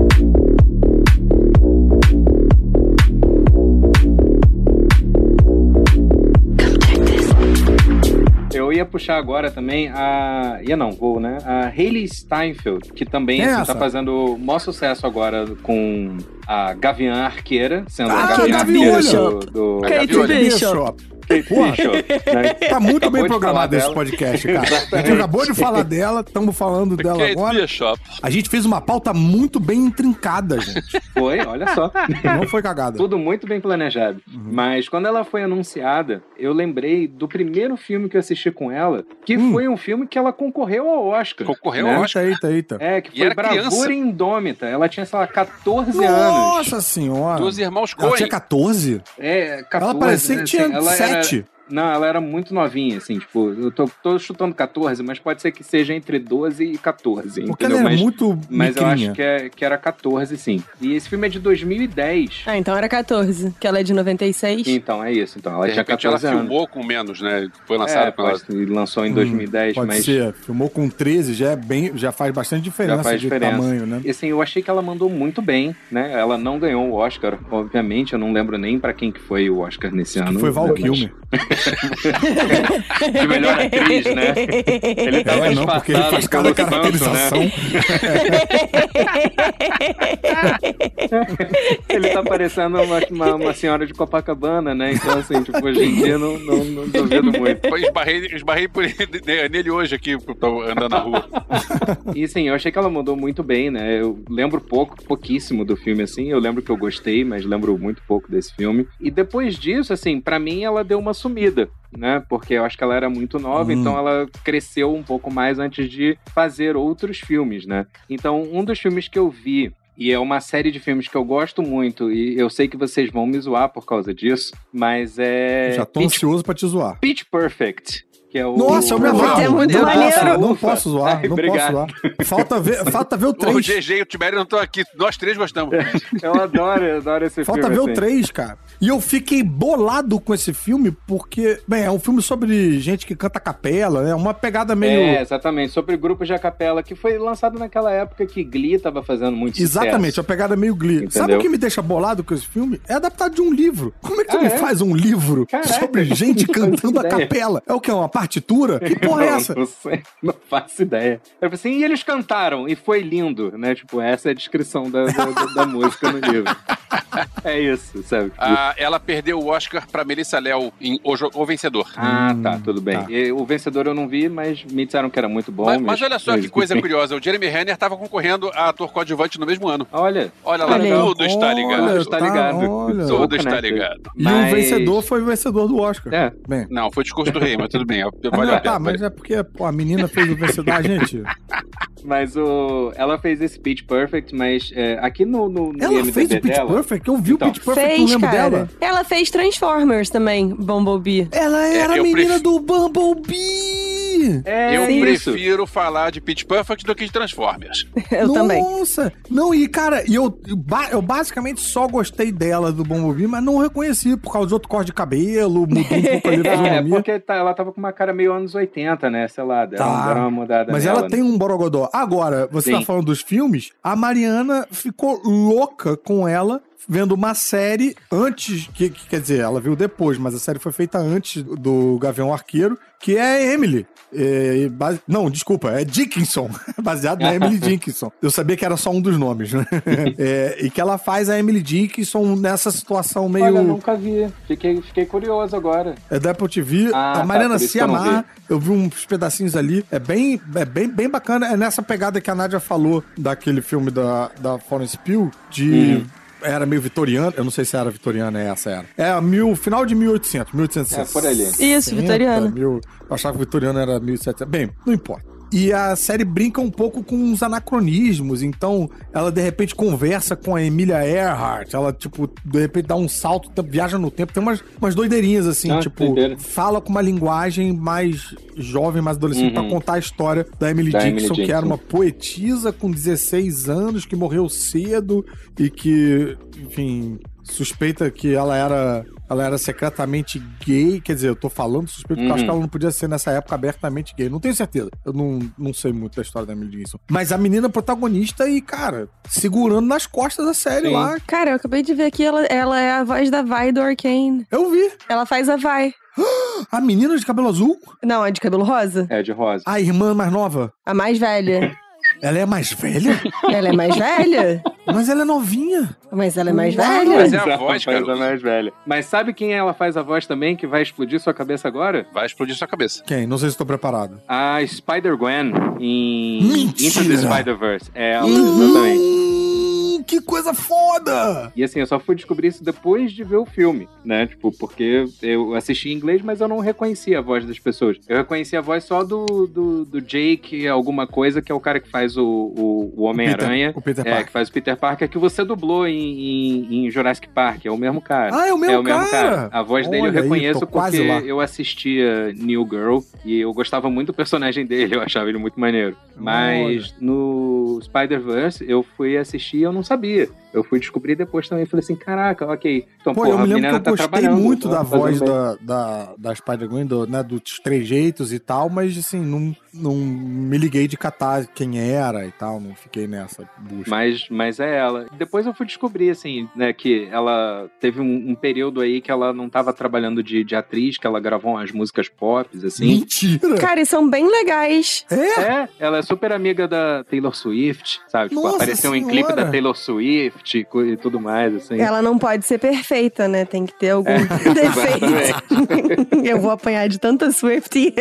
Eu ia puxar agora também a Hailey Steinfeld, que também tá fazendo o maior sucesso agora com a Gavião Arqueira, sendo a Gavião Arqueira do
Kate Bishop.
Tá muito bem programado esse podcast, cara. A gente acabou de falar dela, estamos falando dela agora. A gente fez uma pauta muito bem intrincada, gente.
Foi, olha só.
Não foi cagada.
Tudo muito bem planejado. Mas quando ela foi anunciada, eu lembrei do primeiro filme que eu assisti com ela, que foi um filme que ela concorreu ao Oscar.
Concorreu ao Oscar?
Eita.
Que foi Bravura Indômita. Ela tinha, sei lá, 14 anos.
Nossa senhora.
Dos irmãos
Coen. Ela tinha 14?
14.
Ela parecia que tinha 7.
Não, ela era muito novinha, assim, tipo, eu tô chutando 14, mas pode ser que seja entre 12 e 14,
porque
entendeu?
ela era muito
mas eu
micrinha.
acho que era 14, sim. E esse filme é de 2010.
Ah, então era 14, que ela é de 96.
Então, é isso. Então, ela
De
tinha
repente ela
14 anos.
filmou com menos, né? Foi lançada com ela.
E lançou em 2010,
Pode
mas...
ser. Filmou com 13, já faz bastante diferença
Já faz
de
diferença.
tamanho, né?
E assim, eu achei que ela mandou muito bem, né? Ela não ganhou o Oscar, obviamente. Eu não lembro nem pra quem que foi o Oscar nesse ano.
Foi Val Kilmer.
De melhor atriz, né? Ele tava
não, porque ele faz cada
pelo canto,
caracterização.
né? Ele tá parecendo uma senhora de Copacabana, né? Então, assim, tipo, hoje em dia não duvido muito.
Eu esbarrei nele hoje aqui, andando na rua.
E assim, eu achei que ela mandou muito bem, né? Eu lembro pouquíssimo do filme, assim. Eu lembro que eu gostei, mas lembro muito pouco desse filme. E depois disso, assim, pra mim ela deu uma sumida, né? Porque eu acho que ela era muito nova, então ela cresceu um pouco mais antes de fazer outros filmes, né? Então, um dos filmes que eu vi, e é uma série de filmes que eu gosto muito, e eu sei que vocês vão me zoar por causa disso, mas
Já tô ansioso pra te zoar.
Pitch Perfect. Que é o...
Nossa, eu me amarro.
É muito maneiro.
Não posso zoar,
Ai,
não
obrigado.
posso zoar. Falta ver o 3.
O GG e o Tibério não estão aqui. Nós três gostamos.
Eu adoro esse
Falta
filme.
ver o 3, cara. E eu fiquei bolado com esse filme porque, bem, é um filme sobre gente que canta a capela, né? Uma pegada meio...
É, exatamente. Sobre grupos de a capela, que foi lançado naquela época que Glee tava fazendo muito sucesso.
Exatamente, uma pegada meio Glee.
Entendeu?
Sabe o que me deixa bolado com esse filme? É adaptado de um livro. Como é que tu me
é?
faz um livro sobre gente cantando a
ideia.
capela? É o que? Uma partitura? Que porra é essa?
Não sei, não faço ideia. Eu falei assim, e eles cantaram, e foi lindo, né? Tipo, essa é a descrição da música no livro. É isso, sabe?
Ela perdeu o Oscar pra Melissa Leo em O Vencedor.
Ah, tá, tudo bem.
Tá.
E o Vencedor eu não vi, mas me disseram que era muito bom.
Mas olha só que coisa curiosa, o Jeremy Renner tava concorrendo a ator coadjuvante no mesmo ano.
Olha
lá,
Olha aí.
tudo está ligado.
Olha,
está ligado.
olha.
Tudo está
Conected.
ligado.
E
Mas-
o vencedor foi o vencedor do Oscar.
É.
Bem.
Não, foi o discurso do rei, mas tudo bem. Valeu a pena.
Tá, mas é porque pô, a menina fez o vencedor. Ah, gente,
Mas ela fez esse Pitch Perfect, mas aqui no
ela
IMDb
fez o Pitch
dela...
Perfect? Eu vi
Então,
o Pitch Perfect, não
Fez,
lembro
cara.
dela.
Ela fez Transformers também, Bumblebee.
Ela era a
eu
menina
prefiro-
do Bumblebee!
Eu
isso.
prefiro falar de Pitch Perfect do que de Transformers.
Eu também.
Nossa! Não, e cara, eu basicamente só gostei dela do Bumblebee, mas não reconheci por causa de outro corte de cabelo, mudou um pouco a fisionomia.
porque ela tava com uma cara meio anos 80, né? Sei lá, deram uma mudada
Mas
nela,
ela tem um borogodó. Agora, você
Sim.
tá falando dos filmes, a Mariana ficou louca com ela vendo uma série antes, quer dizer, ela viu depois, mas a série foi feita antes do Gavião Arqueiro, que é Emily. Não, desculpa, é Dickinson, baseado na Emily Dickinson. Eu sabia que era só um dos nomes, né? E que ela faz a Emily Dickinson nessa situação meio...
Olha, nunca vi. Fiquei curioso agora.
É da Apple TV. A Mariana
por isso
se
que eu não
amarra. Eu vi uns pedacinhos ali. É bem bacana. É nessa pegada que a Nádia falou daquele filme da Florence Pugh, de... Era meio vitoriano. Eu não sei se era vitoriana, essa era. Final de 1800, 1860.
É, por ali.
Isso, vitoriano.
Eu achava que vitoriano era 1700. Bem, não importa. E a série brinca um pouco com uns anacronismos, então ela de repente conversa com a Emilia Earhart, ela tipo, de repente dá um salto, viaja no tempo, tem umas doideirinhas assim,
doideira.
fala com uma linguagem mais jovem, mais adolescente, pra contar a história da Emily Dickinson, que era uma poetisa com 16 anos, que morreu cedo e que, enfim, suspeita que ela era secretamente gay, quer dizer, eu tô falando suspeito porque eu acho que ela não podia ser nessa época abertamente gay, não tenho certeza, eu não sei muito da história da Emily Dickinson, mas a menina protagonista e, cara, segurando nas costas da série lá.
Cara, eu acabei de ver aqui, ela é a voz da Vi do Arcane.
Eu vi.
Ela faz a Vi.
A menina de cabelo azul?
Não, é de cabelo rosa.
É de rosa.
A irmã mais nova?
A mais velha.
Ela é mais velha?
Ela é mais velha?
Mas ela é novinha.
Mas ela é mais
Mas
velha?
é a voz,
Faz
cara.
a mais velha. Mas sabe quem ela faz a voz também, que vai explodir sua cabeça agora?
Vai explodir sua cabeça.
Quem? Não sei se estou preparado.
A Spider-Gwen em
Mentira!
Into the Spider-Verse. É ela, exatamente.
que coisa foda!
E assim, eu só fui descobrir isso depois de ver o filme, né? Tipo, porque eu assisti em inglês, mas eu não reconhecia a voz das pessoas. Eu reconhecia a voz só do Jake, alguma coisa, que é o cara que faz o Homem-Aranha.
O Peter Parker.
Que faz o Peter Parker, que você dublou em Jurassic Park. É o mesmo cara.
Ah, é o mesmo cara?
A voz dele eu reconheço porque eu assistia New Girl e eu gostava muito do personagem dele, eu achava ele muito maneiro. Mas no Spider-Verse eu fui assistir e eu não sabia. Eu fui descobrir depois também. Falei assim, caraca, ok. Então,
eu me lembro que eu gostei muito da voz da Spider-Gwen, né, dos trejeitos e tal, mas assim, não me liguei de catar quem era e tal, não fiquei nessa busca.
Mas é ela. Depois eu fui descobrir, assim, né, que ela teve um período aí que ela não tava trabalhando de atriz, que ela gravou umas músicas pop, assim.
Mentira!
Cara, e são bem legais.
É, ela é super amiga da Taylor Swift, sabe? Tipo, apareceu em clipe da Taylor Swift e tudo mais, assim.
Ela não pode ser perfeita, né? Tem que ter algum defeito. Eu vou apanhar de tanta Swift.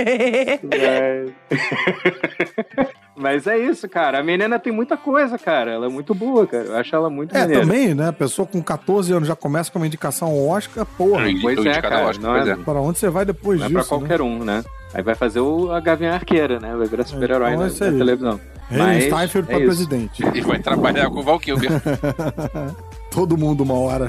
Mas é isso, cara. A menina tem muita coisa, cara. Ela é muito boa, cara. Eu acho ela muito maneira.
Também, né? A pessoa com 14 anos já começa com uma indicação ao Oscar, porra.
Pois é, cara. Oscar,
Para onde você vai depois disso?
Não é pra qualquer um, né? Aí vai fazer a Gavião Arqueira, né? Vai virar super-herói na televisão.
Steinfeld pra presidente.
E vai trabalhar com o Val Kilmer.
Todo mundo uma hora.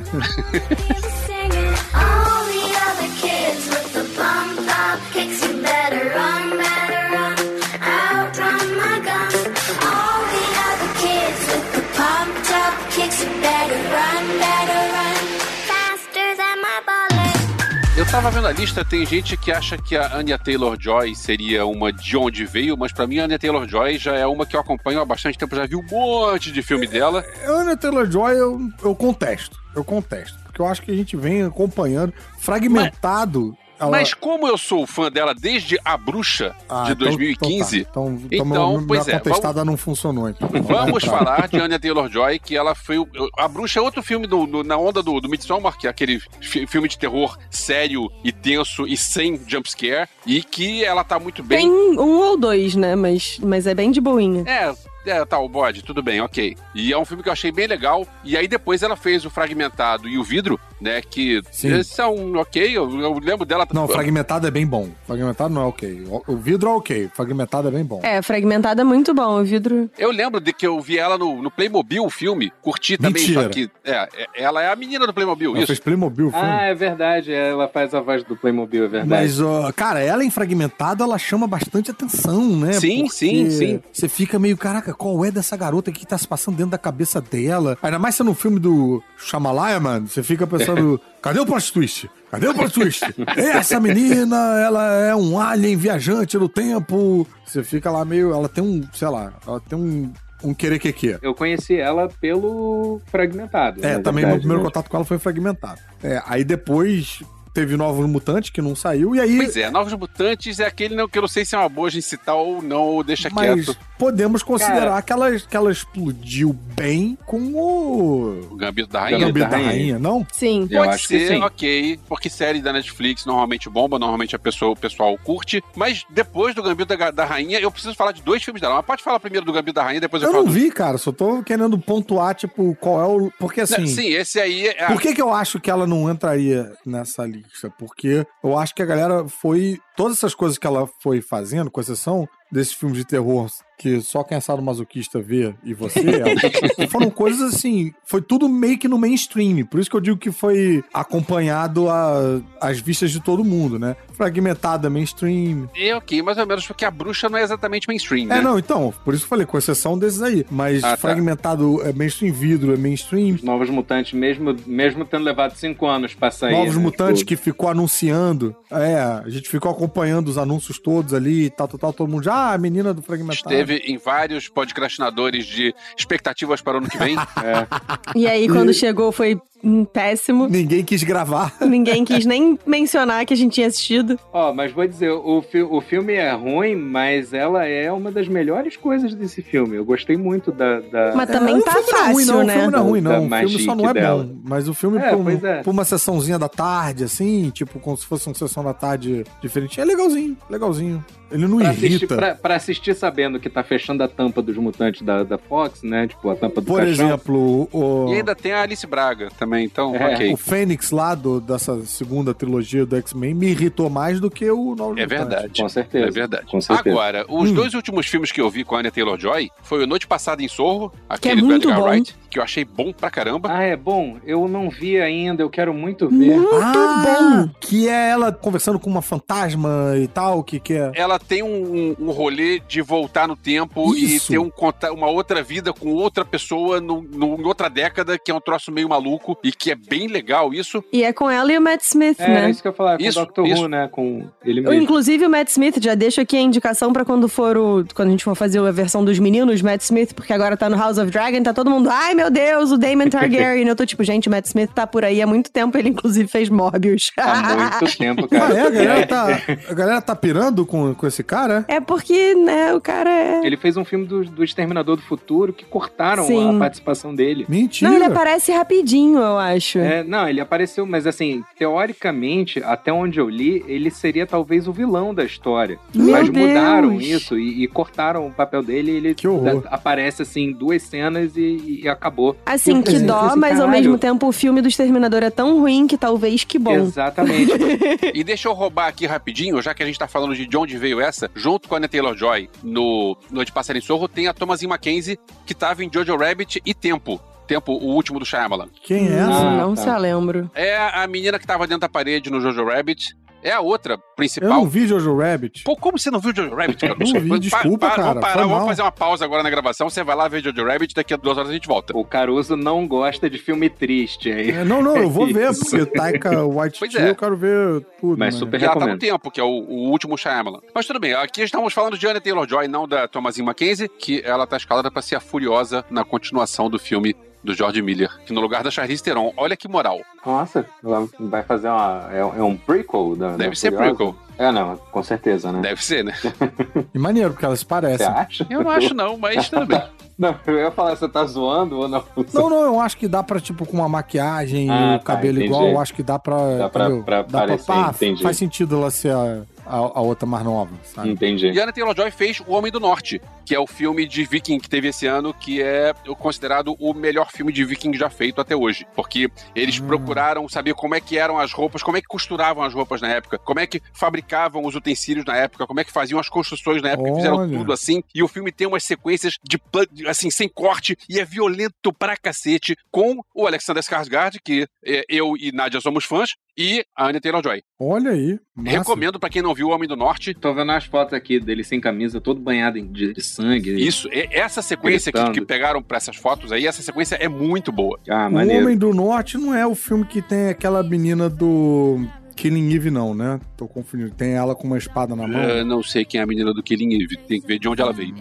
Eu tava vendo a lista, tem gente que acha que a Anya Taylor-Joy seria uma de onde veio, mas pra mim a Anya Taylor-Joy já é uma que eu acompanho há bastante tempo, já vi um monte de filme dela.
A Anya Taylor-Joy eu contesto, porque eu acho que a gente vem acompanhando, fragmentado.
Mas como eu sou fã dela desde A Bruxa, de 2015...
Então, pois é. A contestada não funcionou. Então.
Vamos falar de Anya Taylor-Joy, que ela foi... A Bruxa é outro filme na onda do Midsommar, que é aquele filme de terror sério e tenso e sem jumpscare, e que ela tá muito bem...
Tem um ou dois, né? Mas é bem de boinha.
Tá, o bode, tudo bem, ok. E é um filme que eu achei bem legal. E aí depois ela fez o Fragmentado e o Vidro, né, que são ok, eu lembro dela...
Não, Fragmentado é bem bom. Fragmentado não é ok. O Vidro é ok, Fragmentado é bem bom.
Fragmentado é muito bom, o Vidro...
Eu lembro de que eu vi ela no Playmobil, o filme, curti também.
Mentira.
Só que, ela é a menina do Playmobil,
ela fez Playmobil, o filme.
Ah, é verdade, ela faz a voz do Playmobil, é verdade.
Mas, cara, ela em Fragmentado, ela chama bastante atenção, né?
Sim.
Você fica meio, caraca, qual é dessa garota que tá se passando dentro da cabeça dela? Ainda mais se no filme do Shyamalan, mano, você fica pensando, cadê o plot twist? Essa menina, ela é um alien viajante no tempo. Você fica lá meio, ela tem um querequeque.
Eu conheci ela pelo Fragmentado.
Também meu primeiro contato com ela foi Fragmentado. Aí depois... Teve Novos Mutantes, que não saiu, e aí...
Pois é, Novos Mutantes é aquele que eu não sei se é uma boa a gente citar ou não, ou deixa
mas
quieto.
Podemos considerar que ela explodiu bem com o
Gambito da Rainha.
Gambito da Rainha, não?
Sim.
Pode ser, ok, porque série da Netflix normalmente bomba, normalmente o pessoal curte, mas depois do Gambito da Rainha, eu preciso falar de 2 filmes dela. Mas pode falar primeiro do Gambito da Rainha, depois eu falo...
Eu não vi, cara, só tô querendo pontuar, tipo, qual é o... Porque assim...
Sim, esse aí...
Por que eu acho que ela não entraria nessa lista? Porque eu acho que a galera foi... Todas essas coisas que ela foi fazendo, com exceção desses filmes de terror que só quem é sadomasoquista vê e você, foram coisas assim, foi tudo meio que no mainstream, por isso que eu digo que foi acompanhado às vistas de todo mundo, né? Fragmentada mainstream.
Ok, mais ou menos, porque a Bruxa não é exatamente mainstream, né?
Não, então, por isso que eu falei, com exceção desses aí, mas Fragmentado é mainstream, Vidro é mainstream.
Novos Mutantes, mesmo tendo levado 5 anos pra sair.
Novos Mutantes que ficou anunciando, a gente ficou acompanhando os anúncios todos ali, tal, todo mundo já, a menina do Fragmentado.
Esteve em vários podcastinadores de expectativas para o ano que vem.
E aí, quando chegou, foi péssimo.
Ninguém quis gravar.
Ninguém quis nem mencionar que a gente tinha assistido.
Mas vou dizer, o filme é ruim, mas ela é uma das melhores coisas desse filme. Eu gostei muito da...
Mas também tá fácil, né?
O filme não é ruim, não. O filme só não é
dela.
bom. Mas o filme, por uma sessãozinha da tarde, assim, tipo, como se fosse uma sessão da tarde diferente, é legalzinho. Ele não irrita.
Pra assistir sabendo que tá fechando a tampa dos mutantes da Fox, né? Tipo, a tampa do
Por
caixão.
exemplo,
E ainda tem a Alice Braga também, então, ok.
O Fênix lá dessa segunda trilogia do X-Men me irritou mais do que o Novo
É verdade.
Com certeza.
É verdade.
Com certeza.
Agora, os dois últimos filmes que eu vi com a Anya Taylor-Joy foi o Noite Passada em Sorro, aquele
é
do
muito
Edgar
bom.
Wright, que eu achei bom pra caramba.
Ah, é bom? Eu não vi ainda, eu quero muito ver.
Bom.
Que é ela conversando com uma fantasma e tal, que é...
Ela tem um rolê de voltar no tempo
Isso.
e ter uma outra vida com outra pessoa em outra década, que é um troço meio maluco e que é bem legal isso.
E é com ela e o Matt Smith,
Era
né?
isso que eu ia falar, com o Dr. Who, né? Com ele mesmo.
Inclusive o Matt Smith, já deixo aqui a indicação pra quando a gente for fazer a versão dos meninos, Matt Smith, porque agora tá no House of Dragon, tá todo mundo, ai meu Deus, o Daemon Targaryen. Eu tô tipo, gente, o Matt Smith tá por aí há muito tempo, ele inclusive fez Morbius.
Há muito tempo, cara.
A galera tá pirando com esse cara?
É porque, né, o cara é...
Ele fez um filme do Exterminador do Futuro que cortaram
Sim.
a participação dele.
Mentira.
Não, ele aparece rapidinho, eu acho.
Não, ele apareceu, mas assim, teoricamente, até onde eu li, ele seria talvez o vilão da história. Mas mudaram isso e cortaram o papel dele e ele aparece assim, 2 cenas e acabou.
Assim, que dó, mas ao mesmo tempo o filme do Exterminador é tão ruim que talvez que bom.
Exatamente.
E deixa eu roubar aqui rapidinho, já que a gente tá falando de onde veio essa, junto com a Anya Taylor-Joy no Noite Passada em Sorro, tem a Thomasin McKenzie, que tava em Jojo Rabbit e Tempo, o último do Shyamalan.
Quem é essa?
Não se lembro.
É a menina que tava dentro da parede no Jojo Rabbit. É a outra principal.
Eu não vi Jojo Rabbit.
Pô, como você não viu Jojo Rabbit, cara?
Não vi, desculpa, cara.
Vamos fazer uma pausa agora na gravação. Você vai lá ver Jojo Rabbit, daqui a 2 horas a gente volta.
O Caruso não gosta de filme triste aí.
Não, eu vou ver, porque Taika Waititi eu quero ver tudo.
Mas super
ela
recomendo.
tá no Tempo, que é o último Shyamalan. Mas tudo bem, aqui estamos falando de Anya Taylor-Joy, não da Thomasin McKenzie, que ela tá escalada pra ser a Furiosa na continuação do filme do George Miller, que no lugar da Charlize Theron. Olha que moral.
Nossa, ela vai fazer um prequel da
Deve ser
Furiosa?
prequel.
Não, com certeza, né?
Deve ser, né?
E maneiro, porque elas se parecem.
Você acha?
Eu não acho não, mas tudo bem.
Não, eu ia falar, você tá zoando ou não?
Não, eu acho que dá pra, tipo, com uma maquiagem e o cabelo
entendi.
igual, eu acho que dá pra...
Dá pra parecer, entendi.
Faz sentido ela ser a outra mais nova, sabe?
Entendi.
E Anya Taylor-Joy fez O Homem do Norte, que é o filme de Viking que teve esse ano, que é considerado o melhor filme de Viking já feito até hoje. Porque eles procuraram saber como é que eram as roupas, como é que costuravam as roupas na época, como é que fabricavam os utensílios na época, como é que faziam as construções na época, fizeram tudo assim. E o filme tem umas sequências assim, sem corte, e é violento pra cacete, com o Alexander Skarsgård, que eu e Nádia somos fãs, e a Anya Taylor-Joy.
Olha aí. Massa.
Recomendo pra quem não viu O Homem do Norte.
Tô vendo as fotos aqui dele sem camisa, todo banhado de sangue.
Isso, essa sequência que pegaram pra essas fotos aí, essa sequência é muito boa.
O Homem do Norte não é o filme que tem aquela menina do Killing Eve, não, né? Tô confundindo. Tem ela com uma espada na mão?
Eu não sei quem é a menina do Killing Eve, tem que ver de onde ela veio.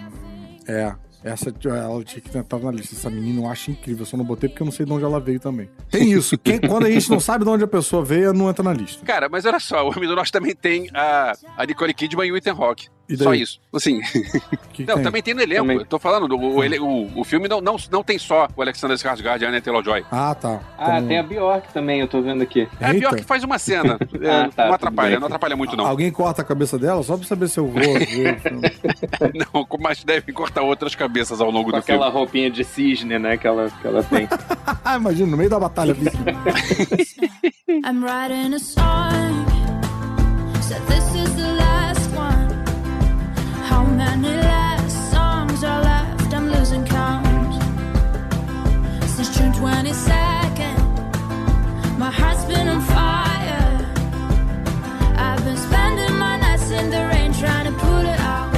Essa ela tinha que estar na lista. Essa menina eu acho incrível. Eu só não botei porque eu não sei de onde ela veio também. Tem isso. Quando a gente não sabe de onde a pessoa veio, não entra na lista.
Cara, mas olha só, o Homem do Norte também tem a Nicole Kidman e o Ethan Hawke. Só isso. Assim. Não, também tem no elenco. Eu tô falando, o filme não tem só o Alexander Skarsgård e a Anya Taylor-Joy.
Ah, tá.
Tem a Bjork também, eu tô vendo aqui.
A Bjork faz uma cena. Não atrapalha muito, não.
Alguém corta a cabeça dela só pra saber se eu vou ver o filme.
Não, mas deve cortar outras cabeças ao longo do filme.
Aquela roupinha de cisne, né, que ela tem.
Imagina, no meio da batalha.
I'm writing a song, so this is the last one. How many last songs are left? I'm losing count. Since June 22nd, my heart's been on fire. I've been spending my nights in the rain trying to put it out.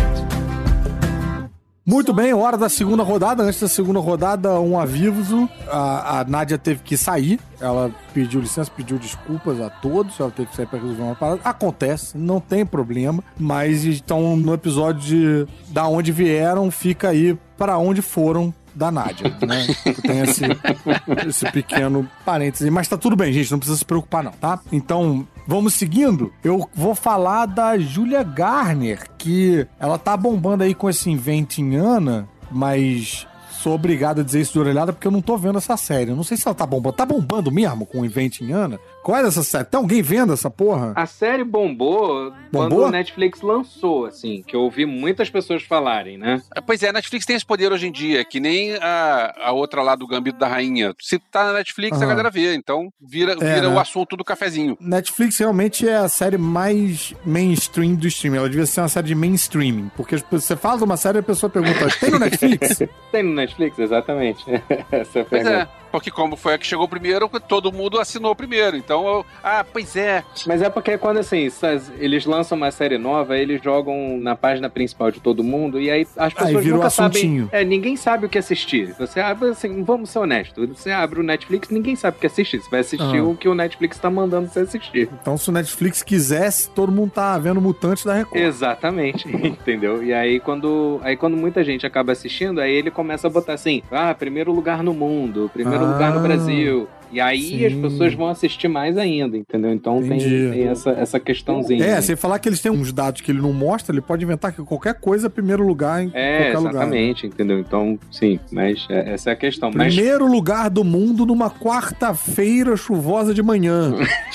Muito bem, hora da segunda rodada. Antes da segunda rodada, um aviso. A Nádia teve que sair. Ela pediu licença, pediu desculpas a todos. Ela teve que sair pra resolver uma parada. Acontece, não tem problema. Mas então no episódio da onde vieram, fica aí para onde foram da Nádia, né? Tem esse pequeno parêntese. Mas tá tudo bem, gente, não precisa se preocupar não, tá? Então, vamos seguindo. Eu vou falar da Julia Garner, que ela tá bombando aí com esse Inventing Anna, mas... sou obrigado a dizer isso de orelhada porque eu não tô vendo essa série. Eu não sei se ela tá bombando. Tá bombando mesmo com o Inventing Anna? Qual é dessa série? Tem alguém vendo essa porra?
A série bombou quando o Netflix lançou, assim, que eu ouvi muitas pessoas falarem, né?
Pois é, a Netflix tem esse poder hoje em dia, que nem a outra lá do Gambito da Rainha. Se tá na Netflix, a galera vê, então vira o assunto do cafezinho.
Netflix realmente é a série mais mainstream do streaming. Ela devia ser uma série de mainstreaming, porque você fala de uma série e a pessoa pergunta, tem no Netflix?
Tem no Netflix, exatamente. Essa é a
pois é. Porque como foi a que chegou primeiro, todo mundo assinou primeiro. Então, pois é.
Mas é porque quando, assim, eles lançam uma série nova, eles jogam na página principal de todo mundo, e aí as pessoas nunca sabem... ninguém sabe o que assistir. Você abre, assim, vamos ser honestos, você abre o Netflix, ninguém sabe o que assistir. Você vai assistir o que o Netflix tá mandando você assistir.
Então, se o Netflix quisesse, todo mundo tá vendo Mutantes da Record.
Exatamente, entendeu? E aí quando muita gente acaba assistindo, aí ele começa a botar assim, primeiro lugar no mundo, primeiro lugar no Brasil. E aí as pessoas vão assistir mais ainda, entendeu? Então tem essa questãozinha.
Sem falar que eles têm uns dados que ele não mostra, ele pode inventar que qualquer coisa é primeiro lugar em qualquer lugar.
Exatamente, entendeu? Então, sim, mas essa é a questão.
Primeiro lugar do mundo numa quarta-feira chuvosa de manhã.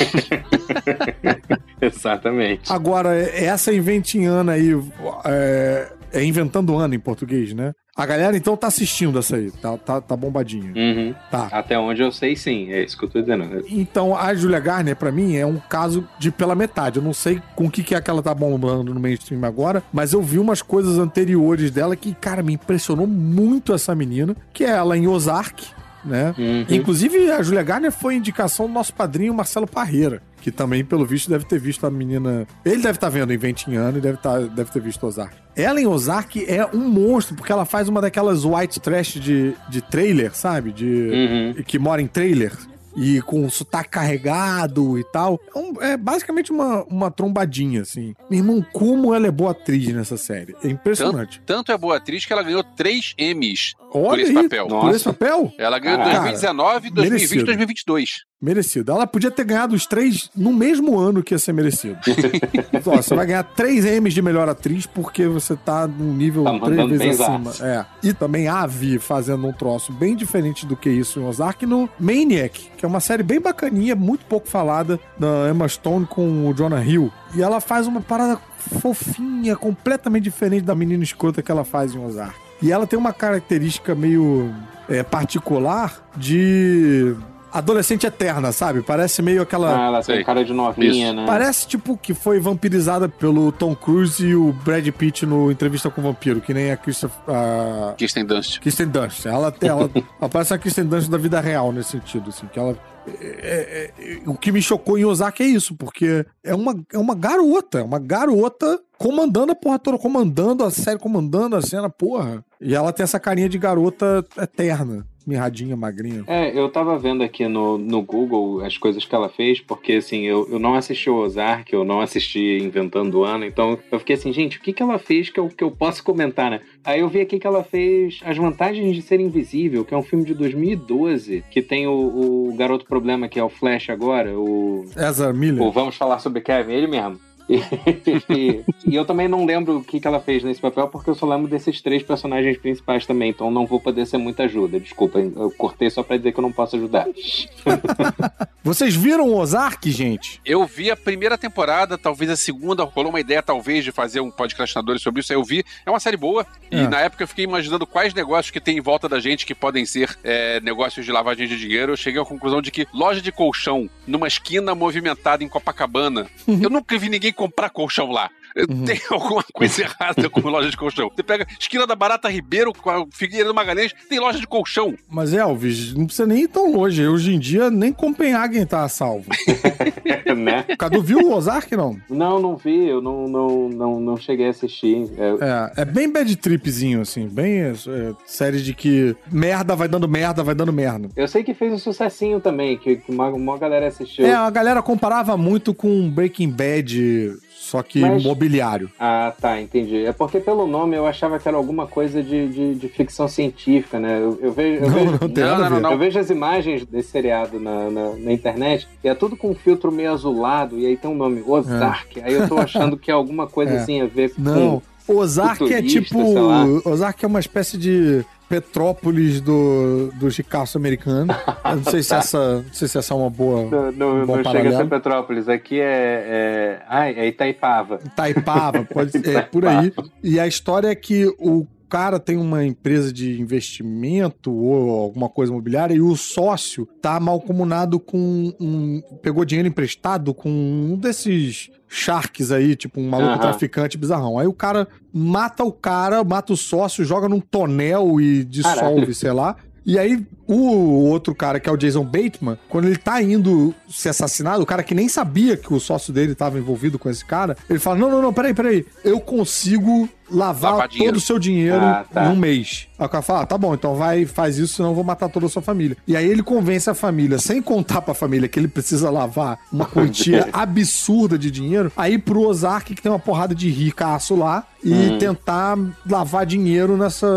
Exatamente.
Agora, essa Inventing Anna aí, é Inventando Anna em português, né? A galera, então, tá assistindo essa aí. Tá bombadinho.
Uhum.
Tá.
Até onde eu sei, sim. É isso que eu tô dizendo.
Então, a Julia Garner, pra mim, é um caso de pela metade. Eu não sei com o que é que ela tá bombando no mainstream agora, mas eu vi umas coisas anteriores dela que, cara, me impressionou muito essa menina, que é ela em Ozark, né?
Uhum.
Inclusive, a Julia Garner foi indicação do nosso padrinho Marcelo Parreira, que também, pelo visto, deve ter visto a menina... Ele deve estar vendo Inventing Anna e deve ter visto Ozark. Ela em Ozark é um monstro, porque ela faz uma daquelas white trash de trailer, sabe? Que mora em trailer. E com o sotaque carregado e tal. É basicamente uma trombadinha, assim. Meu irmão, como ela é boa atriz nessa série. É impressionante.
Tanto é boa atriz que ela ganhou 3 Emmys
por esse
papel.
Por esse papel?
Ela ganhou 2019, 2020 e 2022.
Merecido. Ela podia ter ganhado os 3 no mesmo ano que ia ser merecido. Então, você vai ganhar 3 Emmys de melhor atriz porque você tá num nível 3 vezes acima. E também a Vi fazendo um troço bem diferente do que isso em Ozark no Maniac, que é uma série bem bacaninha, muito pouco falada, da Emma Stone com o Jonah Hill. E ela faz uma parada fofinha, completamente diferente da menina escrota que ela faz em Ozark. E ela tem uma característica meio particular de... adolescente eterna, sabe? Parece meio aquela...
ela tem cara de novinha,
isso,
né?
Parece, tipo, que foi vampirizada pelo Tom Cruise e o Brad Pitt no Entrevista com o Vampiro, que nem a
Kirsten Dunst.
Kirsten Dunst. Ela parece a Kirsten Dunst da vida real, nesse sentido, assim, que ela... o que me chocou em Ozark é isso, porque é uma garota comandando a porra toda, comandando a série, comandando a cena, porra. E ela tem essa carinha de garota eterna. Mirradinha, magrinha.
Eu tava vendo aqui no Google as coisas que ela fez, porque assim, eu não assisti o Ozark, eu não assisti Inventando Anna, então eu fiquei assim, gente, o que ela fez que eu posso comentar, né? Aí eu vi aqui que ela fez As Vantagens de Ser Invisível, que é um filme de 2012, que tem o garoto problema, que é o Flash agora, o...
Ezra Miller.
O Vamos Falar Sobre Kevin, ele mesmo. E eu também não lembro o que ela fez nesse papel, porque eu só lembro desses 3 personagens principais também, então não vou poder ser muita ajuda. Desculpa, eu cortei só pra dizer que eu não posso ajudar.
Vocês viram o Ozark, gente?
Eu vi a primeira temporada, talvez a segunda, rolou uma ideia talvez de fazer um podcastinadores sobre isso, aí eu vi, é uma série boa, e na época eu fiquei imaginando quais negócios que tem em volta da gente que podem ser negócios de lavagem de dinheiro. Eu cheguei à conclusão de que loja de colchão numa esquina movimentada em Copacabana, eu nunca vi ninguém comprar colchão lá. Tem alguma coisa errada com loja de colchão. Você pega esquina da Barata Ribeiro com a Figueiredo Magalhães, tem loja de colchão.
Mas Elvis, não precisa nem ir tão longe. Hoje em dia, nem Copenhagen tá a salvo.
Né?
Cadu viu o Ozark, não?
Não vi, eu não cheguei a assistir.
É bem bad tripzinho, assim, bem série de que merda vai dando merda.
Eu sei que fez um sucessinho também, que uma galera assistiu.
A galera comparava muito com Breaking Bad só que mobiliário.
Ah, tá, entendi. É porque pelo nome eu achava que era alguma coisa de ficção científica, né? Eu vejo as imagens desse seriado na internet e é tudo com um filtro meio azulado e aí tem um nome, Ozark. Aí eu tô achando que é alguma coisa assim a ver com...
Não, Ozark é tipo... Ozark é uma espécie de... Petrópolis do Chicago americano. Eu não sei se essa é uma boa.
Não chega a ser Petrópolis. Aqui é Itaipava.
Itaipava, pode ser, por aí. E a história é que o cara tem uma empresa de investimento ou alguma coisa imobiliária e o sócio tá malcomunado com pegou dinheiro emprestado com um desses sharks aí, tipo um maluco traficante bizarrão. Aí o cara mata o sócio, joga num tonel e dissolve, sei lá. E aí, o outro cara, que é o Jason Bateman, quando ele tá indo ser assassinado, o cara que nem sabia que o sócio dele tava envolvido com esse cara, ele fala, não, peraí, eu consigo lavar todo o seu dinheiro em um mês. Aí o cara fala, tá bom, então faz isso, senão eu vou matar toda a sua família. E aí ele convence a família, sem contar pra família que ele precisa lavar uma quantia absurda de dinheiro, aí pro Ozark, que tem uma porrada de ricaço lá, e tentar lavar dinheiro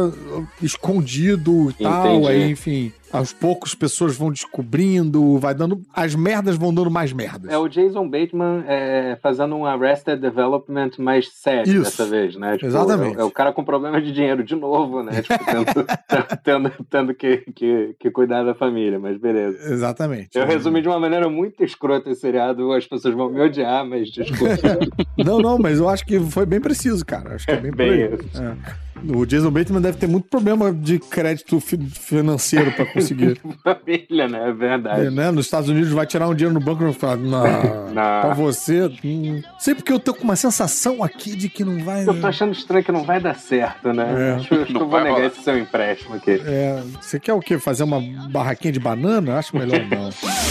escondido e tal.
Entendi.
Aí, enfim, aos poucos pessoas vão descobrindo, as merdas vão dando mais merdas.
É o Jason Bateman fazendo um Arrested Development mais sério dessa vez, né? Tipo,
exatamente.
É o cara com problema de dinheiro de novo, né? Tipo, tendo que cuidar da família, mas beleza.
Exatamente.
Eu resumi de uma maneira muito escrota esse seriado, as pessoas vão me odiar, mas desculpa.
Não, mas eu acho que foi bem preciso, cara. Acho que é bem por aí. O Jason Bateman deve ter muito problema de crédito financeiro pra conseguir.
Família, né? É verdade.
Né? Nos Estados Unidos vai tirar um dinheiro no banco e vai falar, não. Pra você... Sei porque eu tô com uma sensação aqui de que não vai...
Eu tô achando estranho que não vai dar certo, né? Acho que eu vou negar esse seu empréstimo aqui.
Você quer o quê? Fazer uma barraquinha de banana? Acho melhor não.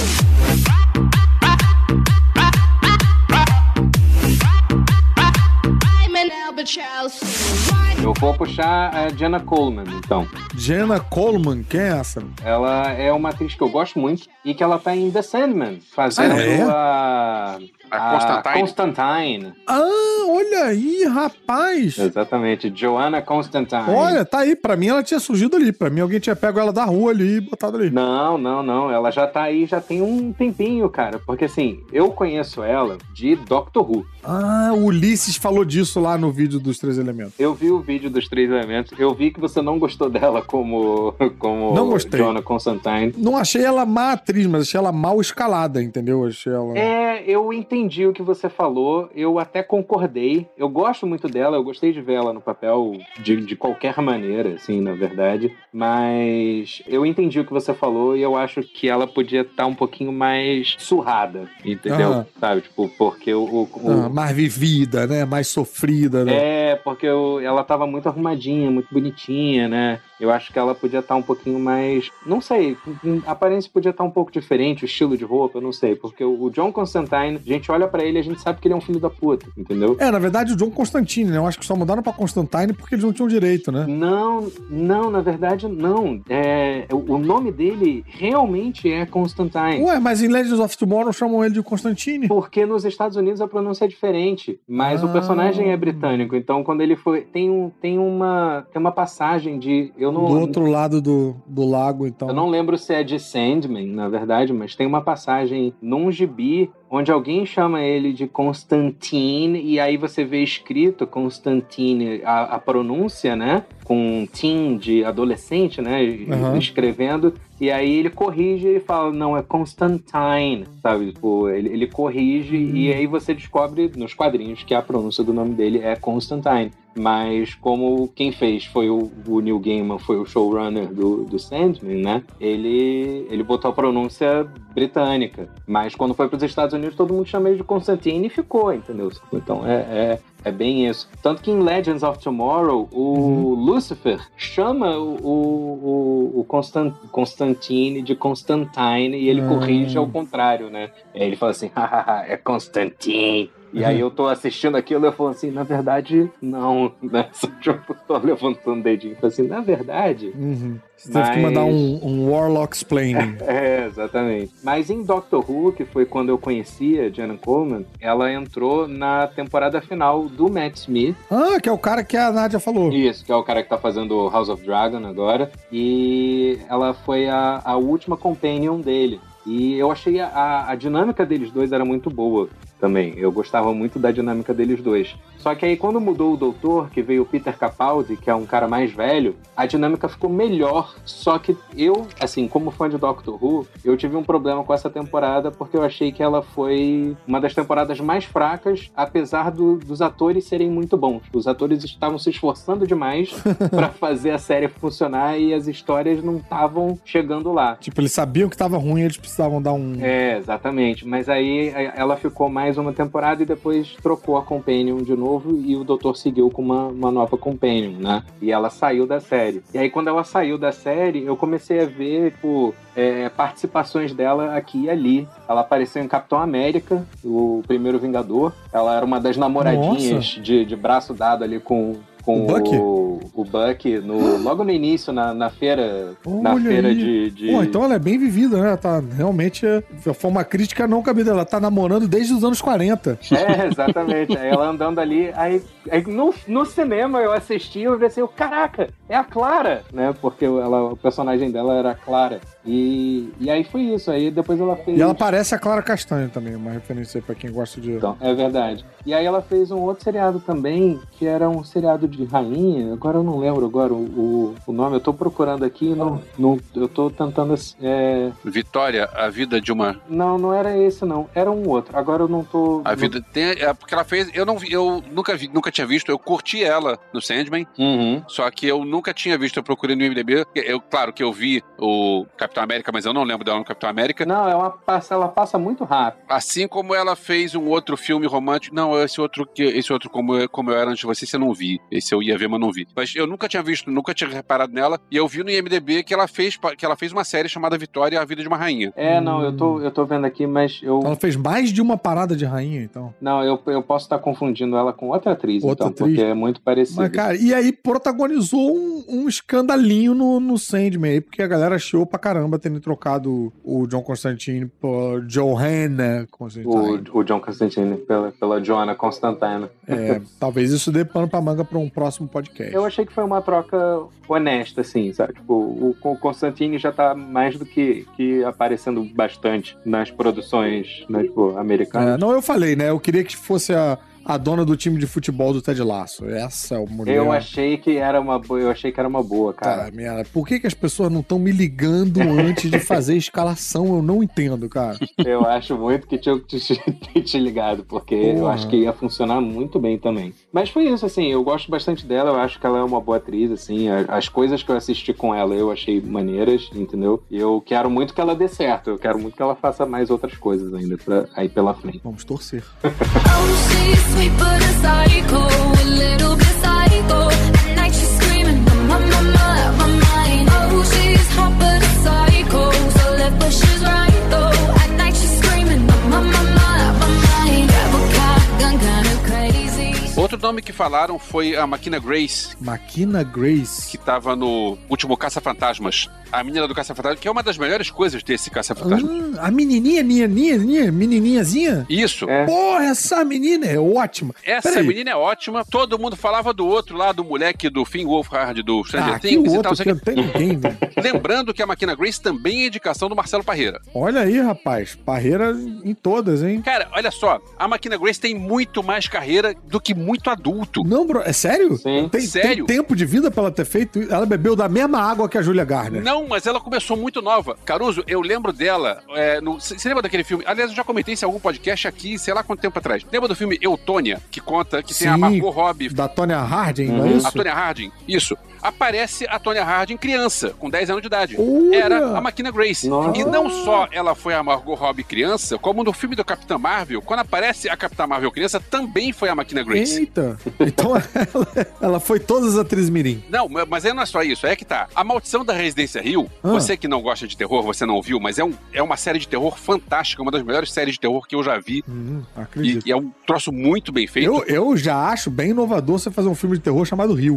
Eu vou puxar a Jenna Coleman, então.
Jenna Coleman? Quem é essa?
Ela é uma atriz que eu gosto muito e que ela tá em The Sandman, fazendo a Constantine.
Olha aí, rapaz!
Exatamente, Joanna Constantine.
Olha, tá aí. Pra mim ela tinha surgido ali. Pra mim alguém tinha pego ela da rua ali e botado ali.
Não. Ela já tá aí, já tem um tempinho, cara. Porque assim, eu conheço ela de Doctor Who.
O Ulisses falou disso lá no vídeo dos 3 Elementos.
Eu vi o vídeo dos 3 Elementos. Eu vi que você não gostou dela como
não gostei.
Joanna Constantine.
Não achei ela má atriz, mas achei ela mal escalada, entendeu? Achei ela...
eu entendi o que você falou. Eu até concordei. Eu gosto muito dela. Eu gostei de ver ela no papel de qualquer maneira, assim, na verdade. Mas eu entendi o que você falou e eu acho que ela podia estar um pouquinho mais surrada, entendeu? Sabe? Tipo, porque
mais vivida, né? Mais sofrida, né?
Porque ela tava muito arrumadinha, muito bonitinha, né? Eu acho que ela podia estar um pouquinho mais... Não sei, a aparência podia estar um pouco diferente, o estilo de roupa, eu não sei. Porque o John Constantine, a gente olha pra ele e a gente sabe que ele é um filho da puta, entendeu?
Na verdade o John Constantine, né? Eu acho que só mudaram pra Constantine porque eles não tinham direito, né?
Não, na verdade não. O nome dele realmente é Constantine.
Ué, mas em Legends of Tomorrow chamam ele de Constantine?
Porque nos Estados Unidos a pronúncia é diferente, mas o personagem é britânico, então quando ele foi... Tem uma passagem de...
Do outro lado do lago, então.
Eu não lembro se é de Sandman, na verdade, mas tem uma passagem num gibi onde alguém chama ele de Constantine, e aí você vê escrito Constantine, a pronúncia, né? Com teen de adolescente, né? Escrevendo, e aí ele corrige e fala, não, é Constantine, sabe? Tipo, ele corrige, e aí você descobre nos quadrinhos que a pronúncia do nome dele é Constantine. Mas como quem fez foi o Neil Gaiman, foi o showrunner do Sandman, né? Ele botou a pronúncia britânica. Mas quando foi para os Estados Unidos, todo mundo chama ele de Constantine e ficou, entendeu? Então é bem isso. Tanto que em Legends of Tomorrow, o Lucifer chama o Constantine de Constantine e ele corrige ao contrário, né? Ele fala assim, é Constantine. E aí eu tô assistindo aquilo e eu falo assim, na verdade, não, né? Só tipo, tô levantando o dedinho. Assim, na verdade...
Você teve que mandar um Warlock explaining.
Exatamente. Mas em Doctor Who, que foi quando eu conheci a Jenna Coleman, ela entrou na temporada final do Matt Smith.
Ah, que é o cara que a Nádia falou.
Isso, que é o cara que tá fazendo House of Dragon agora. E ela foi a última companion dele. E eu achei a dinâmica deles dois era muito boa também. Eu gostava muito da dinâmica deles dois. Só que aí quando mudou o doutor, que veio o Peter Capaldi, que é um cara mais velho, a dinâmica ficou melhor. Só que eu, assim, como fã de Doctor Who, eu tive um problema com essa temporada porque eu achei que ela foi uma das temporadas mais fracas, apesar dos atores serem muito bons. Os atores estavam se esforçando demais pra fazer a série funcionar e as histórias não estavam chegando lá.
Tipo, eles sabiam que tava ruim, eles precisavam dar um...
Exatamente. Mas aí ela ficou mais uma temporada e depois trocou a Companion de novo e o doutor seguiu com uma nova Companion, né? E ela saiu da série. E aí quando ela saiu da série, eu comecei a ver, tipo, participações dela aqui e ali. Ela apareceu em Capitão América, o primeiro Vingador. Ela era uma das namoradinhas de braço dado ali com o Bucky? O Bucky logo no início, na feira. Olha na feira
aí. Pô, então ela é bem vivida, né? Ela tá realmente. Foi uma crítica não cabida. Ela tá namorando desde os anos 40.
Exatamente. Aí ela andando ali. Aí no cinema eu assisti e eu pensei, caraca, é a Clara, né? Porque o personagem dela era a Clara. E aí foi isso. Aí depois ela fez.
E ela parece a Clara Castanho também, uma referência aí pra quem gosta de.
Então, é verdade. E aí ela fez um outro seriado também, que era um seriado de rainha. Agora eu não lembro o nome. Eu tô procurando aqui. Eu tô tentando.
Vitória, a vida de uma.
Não era esse, não. Era um outro. Agora eu não tô.
A vida. Porque ela fez. Eu nunca tinha visto. Eu curti ela no Sandman. Só que eu nunca tinha visto. Eu procurei no IMDb. Claro que eu vi o Capitão América, mas eu não lembro dela no Capitão América.
Não, ela passa muito rápido.
Assim como ela fez um outro filme romântico. Não, esse outro como eu era antes de você não vi. Esse eu ia ver, mas não vi. Mas eu nunca tinha visto, nunca tinha reparado nela. E eu vi no IMDb que ela fez uma série chamada Vitória, a vida de uma rainha.
Não, eu tô vendo aqui, mas
Ela fez mais de uma parada de rainha, então.
Não, eu posso estar confundindo ela com outra atriz, porque é muito parecido.
Mas, cara, e aí protagonizou um escandalinho no Sandman aí, porque a galera achou pra caramba terem trocado o John Constantine por Johanna Constantine.
O John Constantine pela Joanna Constantine.
Talvez isso dê pano pra manga pra um próximo podcast.
Eu achei que foi uma troca honesta, assim, sabe? Tipo, o Constantine já tá mais do que aparecendo bastante nas produções, né, tipo, americanas.
Não, eu falei, né? Eu queria que fosse a dona do time de futebol do Ted Lasso. Essa mulher...
Eu achei que era uma boa, cara.
Merda. Por que as pessoas não estão me ligando antes de fazer escalação? Eu não entendo, cara.
Eu acho muito que tinha que ter te ligado, porque eu acho que ia funcionar muito bem também. Mas foi isso, assim, eu gosto bastante dela, eu acho que ela é uma boa atriz, assim, as coisas que eu assisti com ela eu achei maneiras, entendeu? E eu quero muito que ela dê certo, eu quero muito que ela faça mais outras coisas ainda aí pela frente.
Vamos torcer.
Sweet but a psycho, a little bit psycho. At night she's screaming, my mind. Oh, she's hot but a psycho, so left but she's right though. At night she's screaming, my mind. Grab a car, gun kinda crazy.
Outro nome que falaram foi a Makina Grace.
Makina Grace?
Que tava no último Caça-Fantasmas. A menina do Caça-Fantasmas, que é uma das melhores coisas desse Caça-Fantasmas.
A menininhazinha?
Isso.
Porra, essa menina é ótima.
Essa menina é ótima. Todo mundo falava do outro lá, do moleque do Finn Wolfhard, do Stranger Things e tal.
Que não tem ninguém, né?
Lembrando que a Makina Grace também é indicação do Marcelo Parreira.
Olha aí, rapaz. Parreira em todas, hein?
Cara, olha só. A Makina Grace tem muito mais carreira do que muito adulto.
Não, bro. É sério?
Sim.
Sério?
Tem tempo de vida pra ela ter feito? Ela bebeu da mesma água que a Julia Garner.
Não, mas ela começou muito nova. Caruso, eu lembro dela você lembra daquele filme? Aliás, eu já comentei isso em algum podcast aqui, sei lá quanto tempo atrás. Lembra do filme Eutônia, que conta que tem a Margot Robbie?
Da Tonya Harding, não é isso?
A Tonya Harding, isso. Aparece a Tonya Harding criança, com 10 anos de idade.
Olha.
Era a Makina Grace.
Nossa.
E não só ela foi a Margot Robbie criança, como no filme do Capitã Marvel, quando aparece a Capitã Marvel criança, também foi a Makina Grace.
Eita. Então ela foi todas as atrizes mirim.
Não, mas aí não é só isso, é que tá. A Maldição da Residência Hill, você que não gosta de terror, você não viu, mas é uma série de terror fantástica, uma das melhores séries de terror que eu já vi.
Acredito.
E é um troço muito bem feito.
Eu já acho bem inovador você fazer um filme de terror chamado Hill.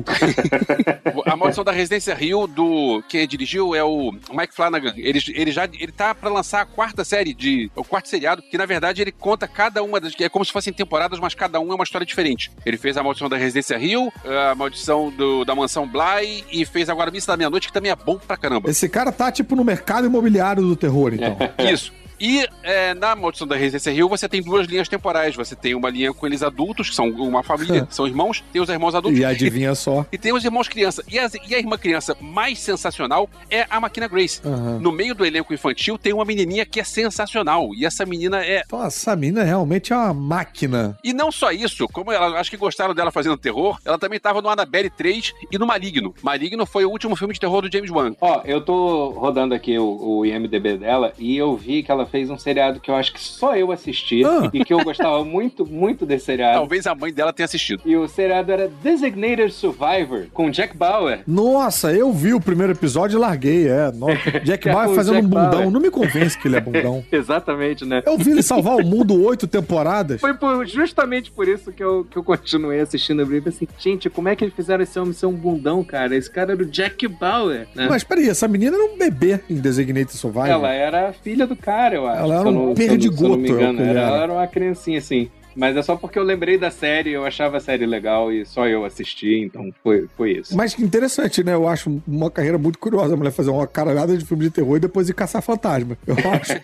A Maldição da Residência Hill, quem dirigiu é o Mike Flanagan. Ele tá pra lançar a quarta série, o quarto seriado, que na verdade ele conta cada uma das... É como se fossem temporadas, mas cada uma é uma história diferente. Ele fez a Maldição da Residência Hill, a Maldição da Mansão Bly e fez agora a Missa da Meia-Noite, que também é bom pra caramba.
Esse cara tá tipo no mercado imobiliário do terror, então.
Isso. E na Maldição da Residência Hill você tem duas linhas temporais. Você tem uma linha com eles adultos, que são uma família, são irmãos, tem os irmãos adultos.
E adivinha só.
E tem os irmãos criança. E a irmã criança mais sensacional é a Maquina Grace. No meio do elenco infantil tem uma menininha que é sensacional. E essa menina é...
Então, essa menina realmente é uma máquina.
E não só isso, como acho que gostaram dela fazendo terror, ela também tava no Annabelle 3 e no Maligno. Maligno foi o último filme de terror do James Wan.
Eu tô rodando aqui o IMDb dela e eu vi que ela fez um seriado que eu acho que só eu assisti e que eu gostava muito, muito desse seriado.
Talvez a mãe dela tenha assistido.
E o seriado era Designated Survivor, com Jack Bauer.
Nossa, eu vi o primeiro episódio e larguei, Jack Bauer fazendo um bundão. Bauer. Não me convence que ele é bundão.
Exatamente, né?
Eu vi ele salvar o mundo 8 temporadas.
Foi justamente por isso que eu continuei assistindo. Eu falei assim, gente, como é que eles fizeram esse homem ser um bundão, cara? Esse cara era o Jack Bauer, né?
Mas peraí, essa menina era um bebê em Designated Survivor.
Ela era filha do cara, eu acho.
Ela era um perdigoto.
Ela era uma criancinha, assim. Mas é só porque eu lembrei da série, eu achava a série legal e só eu assisti, então foi isso.
Mas que interessante, né? Eu acho uma carreira muito curiosa a mulher fazer uma caralhada de filme de terror e depois ir caçar fantasma. Eu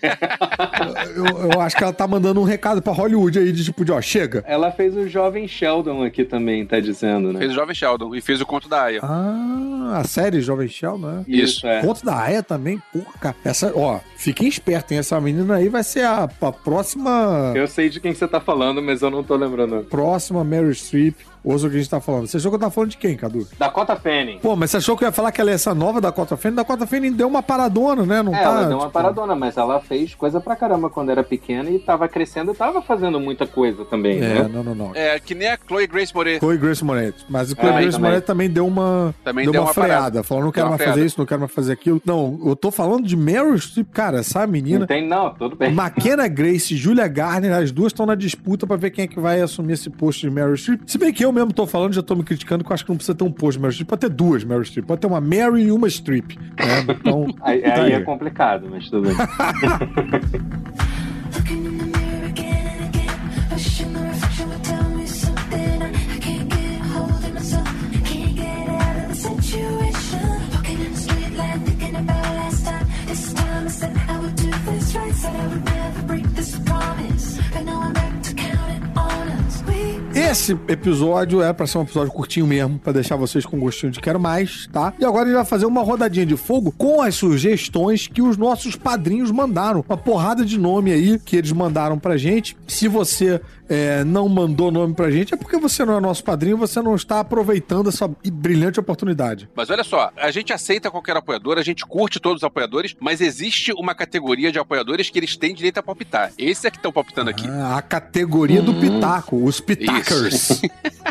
acho. eu acho que ela tá mandando um recado pra Hollywood aí, de tipo, chega.
Ela fez o Jovem Sheldon aqui também, tá dizendo, né?
Fez o Jovem Sheldon e fez o Conto da Aya.
A série Jovem Sheldon, né?
Isso,
Conto da Aya também, porra, cara. Fiquem espertos, hein? Essa menina aí vai ser a próxima...
Eu sei de quem você tá falando, mas eu não tô lembrando.
Próxima Meryl Streep. Ouça o que a gente tá falando. Você achou que eu tava falando de quem, Cadu?
Dakota Fanning.
Pô, mas você achou que eu ia falar que ela é essa nova Dakota Fanning? Dakota Fanning deu uma paradona, né? Não
ela deu uma paradona, mas ela fez coisa pra caramba quando era pequena e tava crescendo e tava fazendo muita coisa também, né?
Não.
É, que nem a Chloe Grace Moretz.
Chloe Grace Moretz. Mas a Chloe Grace Moretz também deu uma freada. Falou, não quero mais fazer isso, não quero mais fazer aquilo. Não, eu tô falando de Meryl Streep, cara, essa menina...
Não, tudo bem.
McKenna Grace e Julia Garner, as duas estão na disputa pra ver quem é que vai assumir esse posto de Meryl Streep. Se bem que eu mesmo tô falando, já tô me criticando, que eu acho que não precisa ter um posto de Meryl Streep. Pode ter duas Meryl Streep. Pode ter uma Mary e uma Streep. Né? Então,
aí é complicado, mas tudo bem.
Esse episódio é pra ser um episódio curtinho mesmo, pra deixar vocês com gostinho de quero mais, tá? E agora a gente vai fazer uma rodadinha de fogo com as sugestões que os nossos padrinhos mandaram. Uma porrada de nome aí que eles mandaram pra gente. Se você não mandou nome pra gente, é porque você não é nosso padrinho, você não está aproveitando essa brilhante oportunidade.
Mas olha só, a gente aceita qualquer apoiador, a gente curte todos os apoiadores, mas existe uma categoria de apoiadores que eles têm direito a palpitar. Esses é que estão palpitando aqui.
A categoria do pitaco, os pitacers.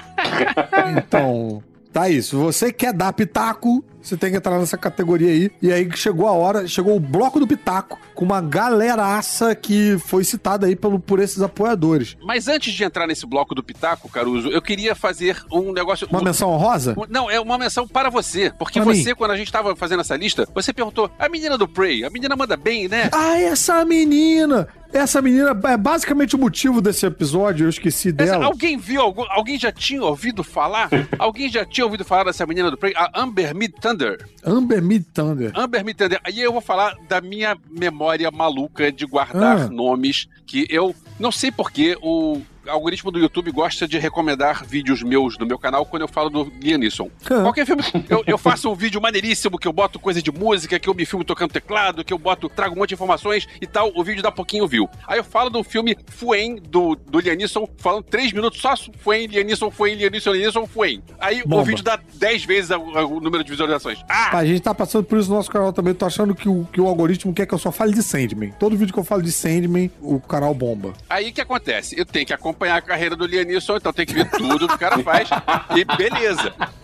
Então, tá isso. Se você quer dar pitaco, você tem que entrar nessa categoria aí. E aí chegou a hora, chegou o bloco do pitaco, com uma galeraça que foi citada aí por esses apoiadores.
Mas antes de entrar nesse bloco do pitaco, Caruso, eu queria fazer um negócio...
Uma menção honrosa?
Não, é uma menção para você. Porque quando a gente tava fazendo essa lista, você perguntou, a menina do Prey, a menina manda bem, né?
Ah, essa menina é basicamente o motivo desse episódio, eu esqueci dela.
Alguém viu? Alguém já tinha ouvido falar? Alguém já tinha ouvido falar dessa menina do Prey? A Amber Midthunder.
Amber Midthunder.
Aí eu vou falar da minha memória maluca de guardar nomes que eu não sei porque o algoritmo do YouTube gosta de recomendar vídeos meus no meu canal quando eu falo do Liam Neeson. Qualquer filme, eu faço um vídeo maneiríssimo, que eu boto coisa de música, que eu me filmo tocando teclado, que eu trago um monte de informações e tal, o vídeo dá pouquinho view. Aí eu falo do filme Fuen, do Liam Neeson, falando 3 minutos só Fuen, Liam Neeson, Fuen, Liam Neeson, Liam Neeson, Fuen. Aí o vídeo dá 10 vezes o número de visualizações.
A gente tá passando por isso no nosso canal também, tô achando que o algoritmo quer que eu só fale de Sandman. Todo vídeo que eu falo de Sandman, o canal bomba.
Aí o que acontece? Eu tenho que acompanhar a carreira do Liam Neeson, então tem que ver tudo que o cara faz e beleza.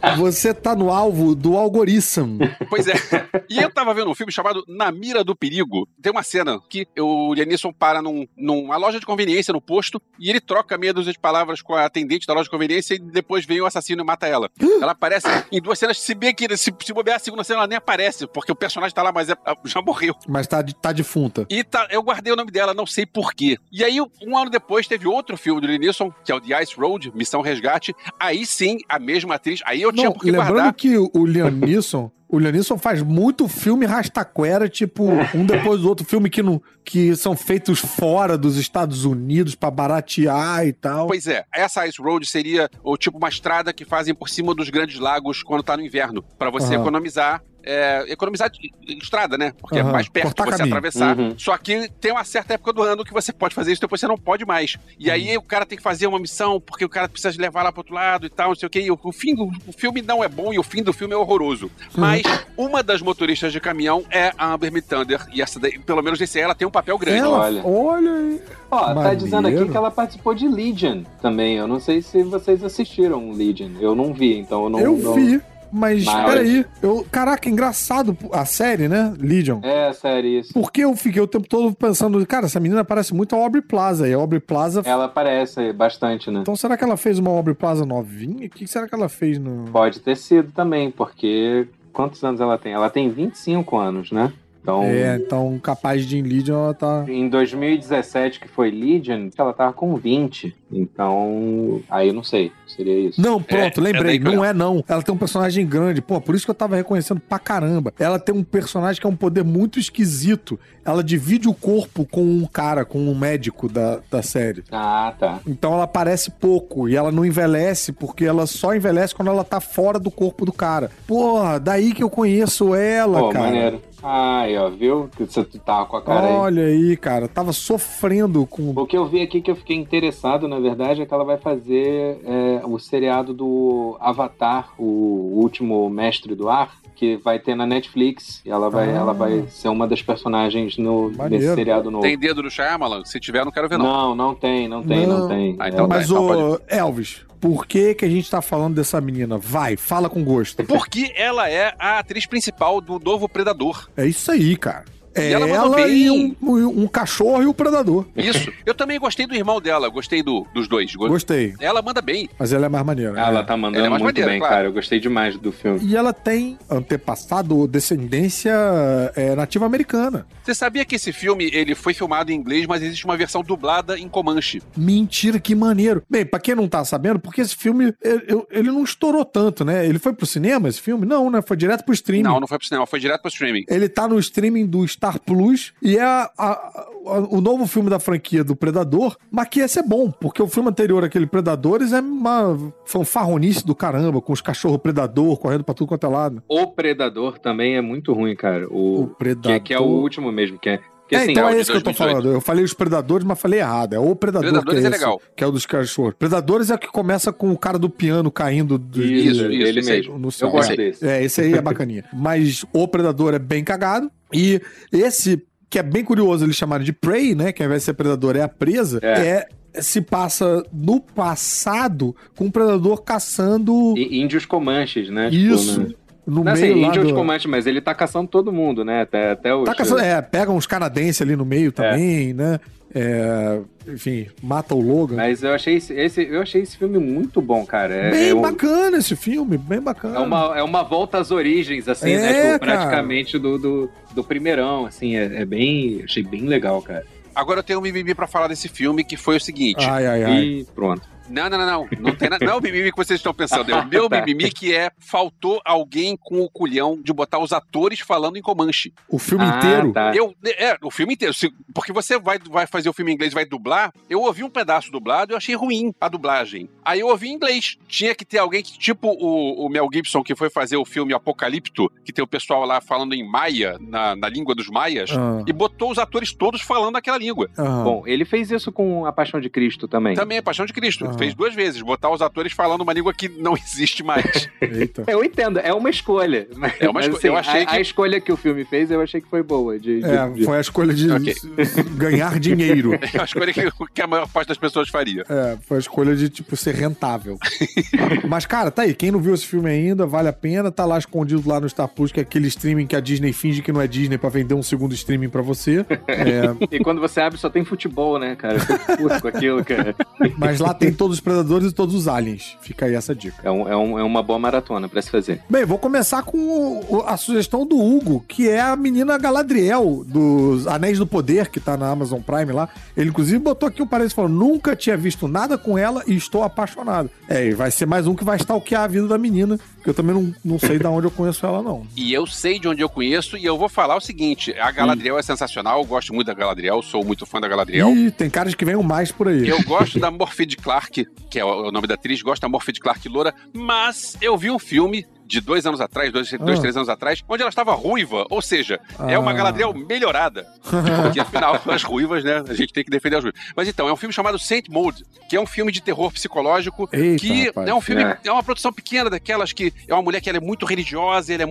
Você tá no alvo do algoritmo.
Pois é. E eu tava vendo um filme chamado Na Mira do Perigo. Tem uma cena que o Liam Neeson para numa loja de conveniência, no posto, e ele troca meia dúzia de palavras com a atendente da loja de conveniência e depois vem o assassino e mata ela. Ela aparece em 2 cenas, se bem que se bobear a segunda cena, ela nem aparece, porque o personagem tá lá, mas já morreu.
Mas tá defunta.
E eu guardei o nome dela, não sei porquê. E aí, um ano depois, teve outro filme do Liam Neeson, que é o The Ice Road, Missão Resgate. Aí sim, a mesma atriz. Aí eu tinha por que guardar.
Lembrando que o Liam Neeson faz muito filme rastaquera, tipo, um depois do outro, filme que são feitos fora dos Estados Unidos pra baratear e tal.
Pois é, essa Ice Road seria uma estrada que fazem por cima dos grandes lagos quando tá no inverno, pra você economizar estrada, né? Porque é mais perto de você atravessar. Só que tem uma certa época do ano que você pode fazer isso, depois você não pode mais. E aí o cara tem que fazer uma missão, porque o cara precisa levar lá pro outro lado e tal, não sei o quê. E o filme não é bom e o fim do filme é horroroso. Mas uma das motoristas de caminhão é a Amber Thunder. E essa daí, pelo menos nesse aí, ela tem um papel grande.
Olha aí.
Ó, tá dizendo aqui que ela participou de Legion também. Eu não sei se vocês assistiram Legion. Eu não vi, então eu não...
Eu vi. Mas peraí, caraca, engraçado a série, né? Legion.
É, a série, isso.
Porque eu fiquei o tempo todo pensando, cara, essa menina parece muito a Aubrey Plaza. E a Aubrey Plaza...
Ela parece bastante, né?
Então será que ela fez uma Aubrey Plaza novinha? O que será que ela fez no...
Pode ter sido também, porque... Quantos anos ela tem? Ela tem 25 anos, né?
Então capaz de em Legion ela tá...
Em 2017, que foi Legion, ela tava com 20. Então, aí eu não sei, seria isso.
Não, pronto, lembrei, não. Ela tem um personagem grande, por isso que eu tava reconhecendo pra caramba. Ela tem um personagem que é um poder muito esquisito. Ela divide o corpo com um cara, com um médico da série.
Ah, tá.
Então ela aparece pouco e ela não envelhece, porque ela só envelhece quando ela tá fora do corpo do cara. Porra, daí que eu conheço ela, cara.
Maneiro. Ai, ó, viu? Que você tava com a cara aí.
Olha aí, cara, tava sofrendo com...
O que eu vi aqui que eu fiquei interessado, na verdade, é que ela vai fazer o seriado do Avatar, o último mestre do ar, que vai ter na Netflix. E ela vai ser uma das personagens nesse seriado novo.
Tem dedo do Shyamalan? Se tiver, não quero ver, não.
Não tem.
Ah, então
mas, Elvis, por que a gente tá falando dessa menina? Vai, fala com gosto.
Porque ela é a atriz principal do novo Predador.
É isso aí, cara.
Ela
e um cachorro e o predador.
Isso. Eu também gostei do irmão dela, gostei dos dois.
Gostei.
Ela manda bem.
Mas ela é mais maneira.
Ela tá mandando muito bem, claro. Cara. Eu gostei demais do filme.
E ela tem antepassado, descendência nativa americana.
Você sabia que esse filme, ele foi filmado em inglês, mas existe uma versão dublada em Comanche?
Mentira, que maneiro. Bem, pra quem não tá sabendo, porque esse filme, ele não estourou tanto, né? Ele foi pro cinema, esse filme? Não, né? Foi direto pro streaming.
Não foi pro cinema, foi direto pro streaming.
Ele tá no streaming do Star Plus e é o novo filme da franquia do Predador, mas que ia ser bom, porque o filme anterior, aquele Predadores, é uma fanfarronice do caramba, com os cachorros Predador correndo pra tudo quanto é lado.
O Predador também é muito ruim, cara. O Predador... Que é o último mesmo, que é...
Assim, então é isso que eu tô falando. Eu falei os Predadores, mas falei errado. É o Predador.
Predadores
que
é legal.
Que é o dos cachorros. Predadores é o que começa com o cara do piano caindo
ele mesmo.
No céu.
Eu gosto desse.
Esse aí é bacaninha. Mas o Predador é bem cagado. E esse, que é bem curioso, eles chamaram de Prey, né? Que ao invés de ser Predador é a presa. Se passa no passado com o Predador caçando...
índios comanches, né?
Isso.
Tipo, no não, meio assim, índio Comanche, mas ele tá caçando todo mundo, né? Até os...
Tá caçando, pegam uns canadenses ali no meio também, né? Enfim, mata o Logan.
Mas eu achei esse filme muito bom, cara.
Bem bacana esse filme, bem bacana.
É uma volta às origens, assim, né? Tipo, praticamente do primeirão, assim, achei bem legal, cara.
Agora eu tenho um mimimi pra falar desse filme, que foi o seguinte.
E pronto.
Não. Não é o mimimi que vocês estão pensando. É o meu mimimi que faltou alguém com o culhão de botar os atores falando em Comanche.
O filme inteiro?
Tá.
O filme inteiro. Porque você vai fazer o filme em inglês, vai dublar. Eu ouvi um pedaço dublado e eu achei ruim a dublagem. Aí eu ouvi em inglês. Tinha que ter alguém que, tipo o Mel Gibson, que foi fazer o filme Apocalipto, que tem o pessoal lá falando em maia, na língua dos maias, e botou os atores todos falando aquela língua.
Bom, ele fez isso com A Paixão de Cristo também.
Também, A Paixão de Cristo. fez 2 vezes, botar os atores falando uma língua que não existe mais.
Eita.
Eu entendo, é uma escolha.
É uma escolha.
Assim,
Eu achei
a escolha que o filme fez, eu achei que foi boa.
Foi a escolha de ganhar dinheiro.
É a escolha que a maior parte das pessoas faria.
Foi a escolha de, tipo, ser rentável. Mas, cara, tá aí. Quem não viu esse filme ainda, vale a pena. Tá lá escondido lá no Star Plus, que é aquele streaming que a Disney finge que não é Disney pra vender um segundo streaming pra você.
E quando você abre, só tem futebol, né, cara? Eu fico puto com aquilo, cara.
Mas lá tem todos os predadores e todos os aliens. Fica aí essa dica.
É uma boa maratona pra se fazer.
Bem, vou começar com a sugestão do Hugo, que é a menina Galadriel, dos Anéis do Poder, que tá na Amazon Prime lá. Ele, inclusive, botou aqui um parênteses falando: nunca tinha visto nada com ela e estou apaixonado. E vai ser mais um que vai stalkear a vida da menina, que eu também não sei de onde eu conheço ela, não.
E eu sei de onde eu conheço, e eu vou falar o seguinte: a Galadriel é sensacional, eu gosto muito da Galadriel, sou muito fã da Galadriel.
E tem caras que venham mais por aí.
Eu gosto da Morfydd Clark, que é o nome da atriz, gosto da Morfydd Clark loura, mas eu vi um filme de 2 anos atrás, 3 anos atrás, onde ela estava ruiva, ou seja, é uma Galadriel melhorada. Porque, afinal, as ruivas, né, a gente tem que defender as ruivas. Mas então, é um filme chamado Saint Maud, que é um filme de terror psicológico, que rapaz, é um filme, é uma produção pequena daquelas que é uma mulher que ela é muito religiosa, ela é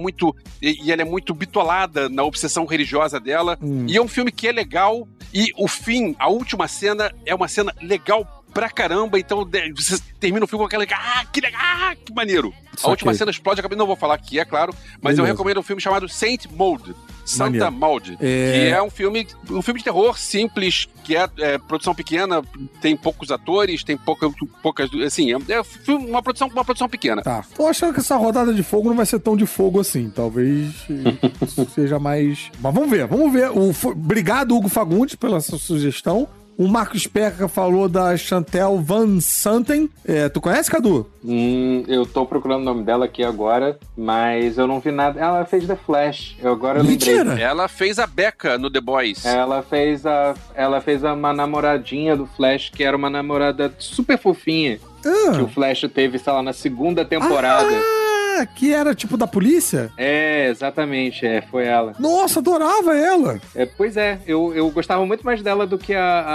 muito bitolada na obsessão religiosa dela, e é um filme que é legal, e o fim, a última cena, é uma cena legal pra caramba, então você termina o filme com aquela que legal, que maneiro. A última cena explode a cabeça, não vou falar aqui, é claro, mas eu recomendo um filme chamado Saint Maud, Santa Maud, que é um filme de terror simples, que é produção pequena, tem poucos atores, tem poucas, assim, uma produção pequena.
Tá. Tô achando que essa rodada de fogo não vai ser tão de fogo assim, talvez seja mais... Mas vamos ver. Obrigado, Hugo Fagundes, pela sua sugestão. O Marcos Peca falou da Chantel Van Santen. Tu conhece, Cadu?
Eu tô procurando o nome dela aqui agora, mas eu não vi nada. Ela fez The Flash. Eu lembrei.
Ela fez a Becca no The Boys.
Ela fez uma namoradinha do Flash, que era uma namorada super fofinha. Que o Flash teve, sei lá, na 2ª temporada.
Que era tipo da polícia?
Exatamente, foi ela.
Nossa, adorava ela.
Pois é, eu gostava muito mais dela do que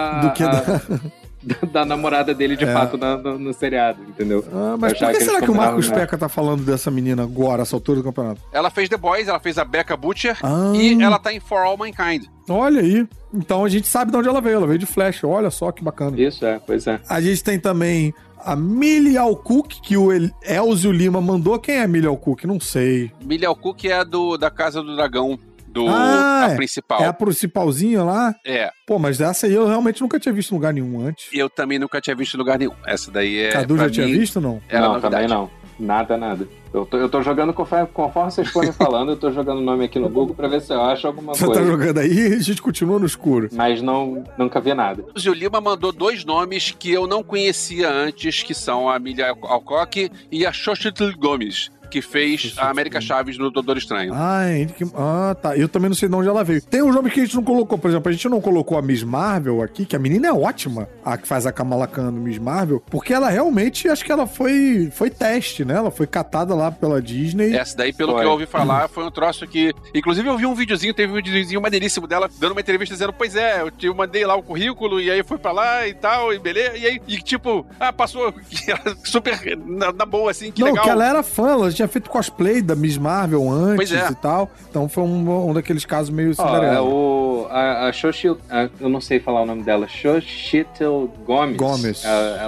da namorada dele, de fato, no seriado, entendeu?
Mas por que será que o Marcos Peca tá falando dessa menina agora, essa altura do campeonato?
Ela fez The Boys, ela fez a Becca Butcher e ela tá em For All Mankind.
Olha aí. Então a gente sabe de onde ela veio de Flash, olha só que bacana.
Isso, pois é.
A gente tem também a Millie Alcock, que o Elzio Lima mandou. Quem é a Millie Alcock? Não sei.
Millie Alcock é da Casa do Dragão, a principal.
É a principalzinha lá?
É.
Pô, mas essa aí eu realmente nunca tinha visto em lugar nenhum antes.
Eu também nunca tinha visto em lugar nenhum. Essa daí é...
Cadu já tinha visto ou não?
Não, também não. Nada. Eu tô jogando, conforme vocês forem falando, eu tô jogando o nome aqui no Google pra ver se eu acho alguma coisa.
Você tá jogando aí e a gente continua no escuro.
Mas nunca vi nada.
O Zio Lima mandou 2 nomes que eu não conhecia antes, que são a Millie Alcock e a Xochitl Gomes, que fez a América Chaves no Doutor Estranho.
Tá. Eu também não sei de onde ela veio. Tem um nome que a gente não colocou, por exemplo, a gente não colocou a Miss Marvel aqui, que a menina é ótima, a que faz a Kamala Khan no Miss Marvel, porque ela realmente, acho que ela foi teste, né? Ela foi catada lá pela Disney.
Essa daí, pelo que eu ouvi falar, foi um troço que... Inclusive, eu vi um videozinho, teve um videozinho maneiríssimo dela, dando uma entrevista dizendo, pois é, eu mandei lá o currículo, e aí fui pra lá e tal, e beleza, e aí, tipo, passou super na boa, assim, que legal.
Não, que ela era fã, ela tinha feito cosplay da Miss Marvel antes e tal. Então foi um daqueles casos meio Cinderela.
A Xochitl, eu não sei falar o nome dela, Xochitl Gomes.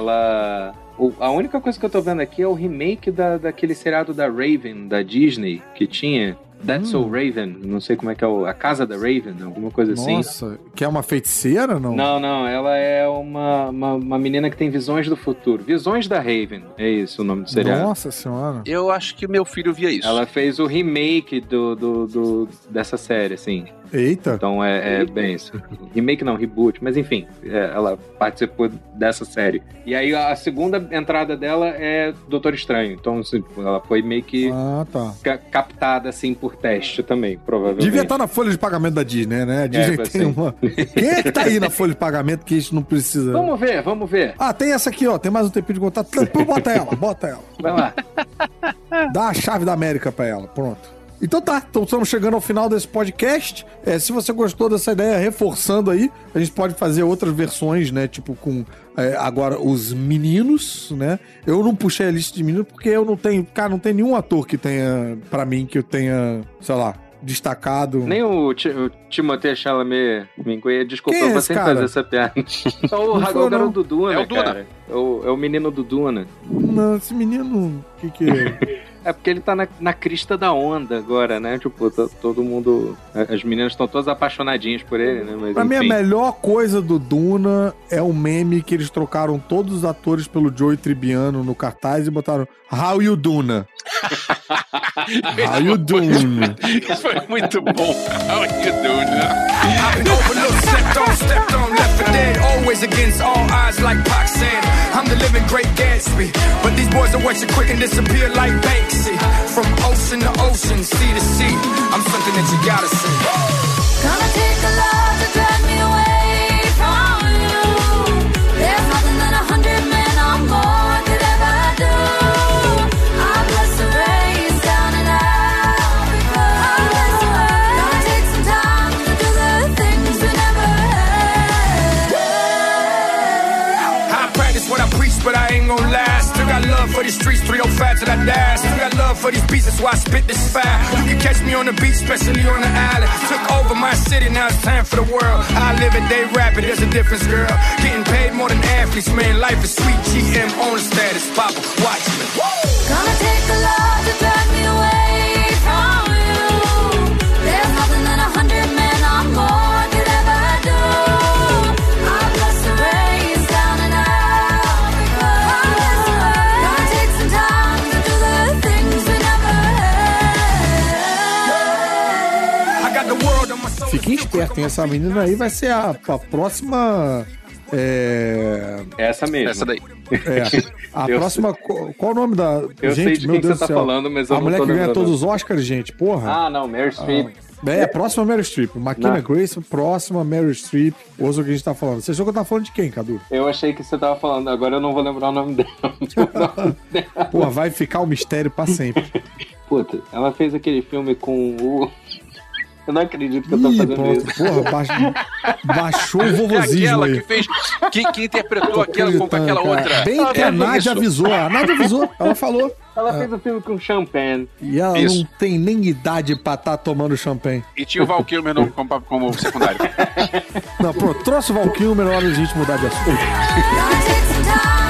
A única coisa que eu tô vendo aqui é o remake daquele seriado da Raven, da Disney, que tinha... That's So Raven, não sei como é que é a Casa da Raven, alguma coisa assim.
Nossa, que é uma feiticeira, não?
Não, ela é uma menina que tem visões do futuro. Visões da Raven, é isso o nome do seriado.
Nossa senhora.
Eu acho que meu filho via isso.
Ela fez o remake dessa série, assim.
Eita.
Então é bem isso. Remake não, reboot, mas enfim, ela participou dessa série. E aí a segunda entrada dela é Doutor Estranho. Então assim, ela foi meio que captada assim por teste também, provavelmente.
Devia estar na folha de pagamento da Disney, né? A Disney tem uma... Quem é que tá aí na folha de pagamento que a gente não precisa?
Vamos ver.
Tem essa aqui, ó. Tem mais um tempinho de contato. Bota ela.
Vai lá.
Dá a chave da América pra ela. Pronto. Então tá, então estamos chegando ao final desse podcast. Se você gostou dessa ideia, reforçando aí, a gente pode fazer outras versões, né? Tipo com agora os meninos, né? Eu não puxei a lista de meninos porque eu não tenho... Cara, não tem nenhum ator que tenha, pra mim, que eu tenha, sei lá, destacado.
Nem o Timothée Chalamet, desculpa, eu vou sempre fazer essa piada. Só o garoto do Duna,
o Duna.
cara. É o menino do Duna.
Não, esse menino... O que é?
É porque ele tá na crista da onda agora, né? Tipo, todo mundo... As meninas estão todas apaixonadinhas por ele, né? Mas,
pra mim, a melhor coisa do Duna é o meme que eles trocaram todos os atores pelo Joey Tribbiani no cartaz e botaram How you Duna? How you Duna?
Isso foi muito bom. How you Duna?
I've been overlooked, stepped on, left for dead. Always against all odds, like Pac said. I'm the living great Gatsby. But these boys will watch you quick and disappear like Banksy. From ocean to ocean, sea to sea. I'm something that you gotta see.
Gonna take a love to drag me away from you. There's nothing that 100 men or more could ever do. I bless the race down in Africa. Gonna take some time to do the things we never had.
I practice what I preach, but I ain't gon' lie. Still got love for these streets, 305 till I die. Still got love for these beats, that's why I spit this fire. You can catch me on the beach, especially on the island. Took over my city, now it's time for the world. I live it, they rapping, there's a difference, girl. Getting paid more than athletes, man, life is sweet. GM on the status, Papa, watch me.
Gonna take a love to drag me away from you. There's nothing that 100 men or more could ever do. I bless the race down in Africa. Gonna take some time to do the things we never had.
I got the world on my soul.
Fiquem espertos, hein? Essa menina aí vai ser a próxima...
Essa mesmo.
Essa daí.
A próxima... Qual o nome da...
Eu
gente,
sei de
meu
quem
Deus
você
do
tá
céu.
falando, mas eu
a
não
mulher
tô
que ganha
lembrando.
todos os Oscars, gente, porra.
Ah, não, Meryl Streep.
A próxima Meryl Streep. McKenna Grace, próxima Meryl Streep. Ouça o que a gente tá falando. Você achou que eu tava falando de quem, Cadu?
Eu achei que você tava falando, agora eu não vou lembrar o nome dela.
Porra, vai ficar um mistério pra sempre.
Puta, ela fez aquele filme com o... Eu não acredito que eu tô fazendo
pronto.
isso.
Porra, baixou o
É
vovozismo
aquela
aí.
que fez. Que interpretou aquela com aquela outra.
Bem que a Nádia avisou. A Nádia avisou. Ela falou.
Ela fez um filme com champanhe.
E ela
Isso.
não tem nem idade pra estar tomando champanhe.
E tinha o Val Kilmer como secundário.
Não, pronto. Trouxe o Val Kilmer na hora de a gente mudar de assunto.
Gonna take some time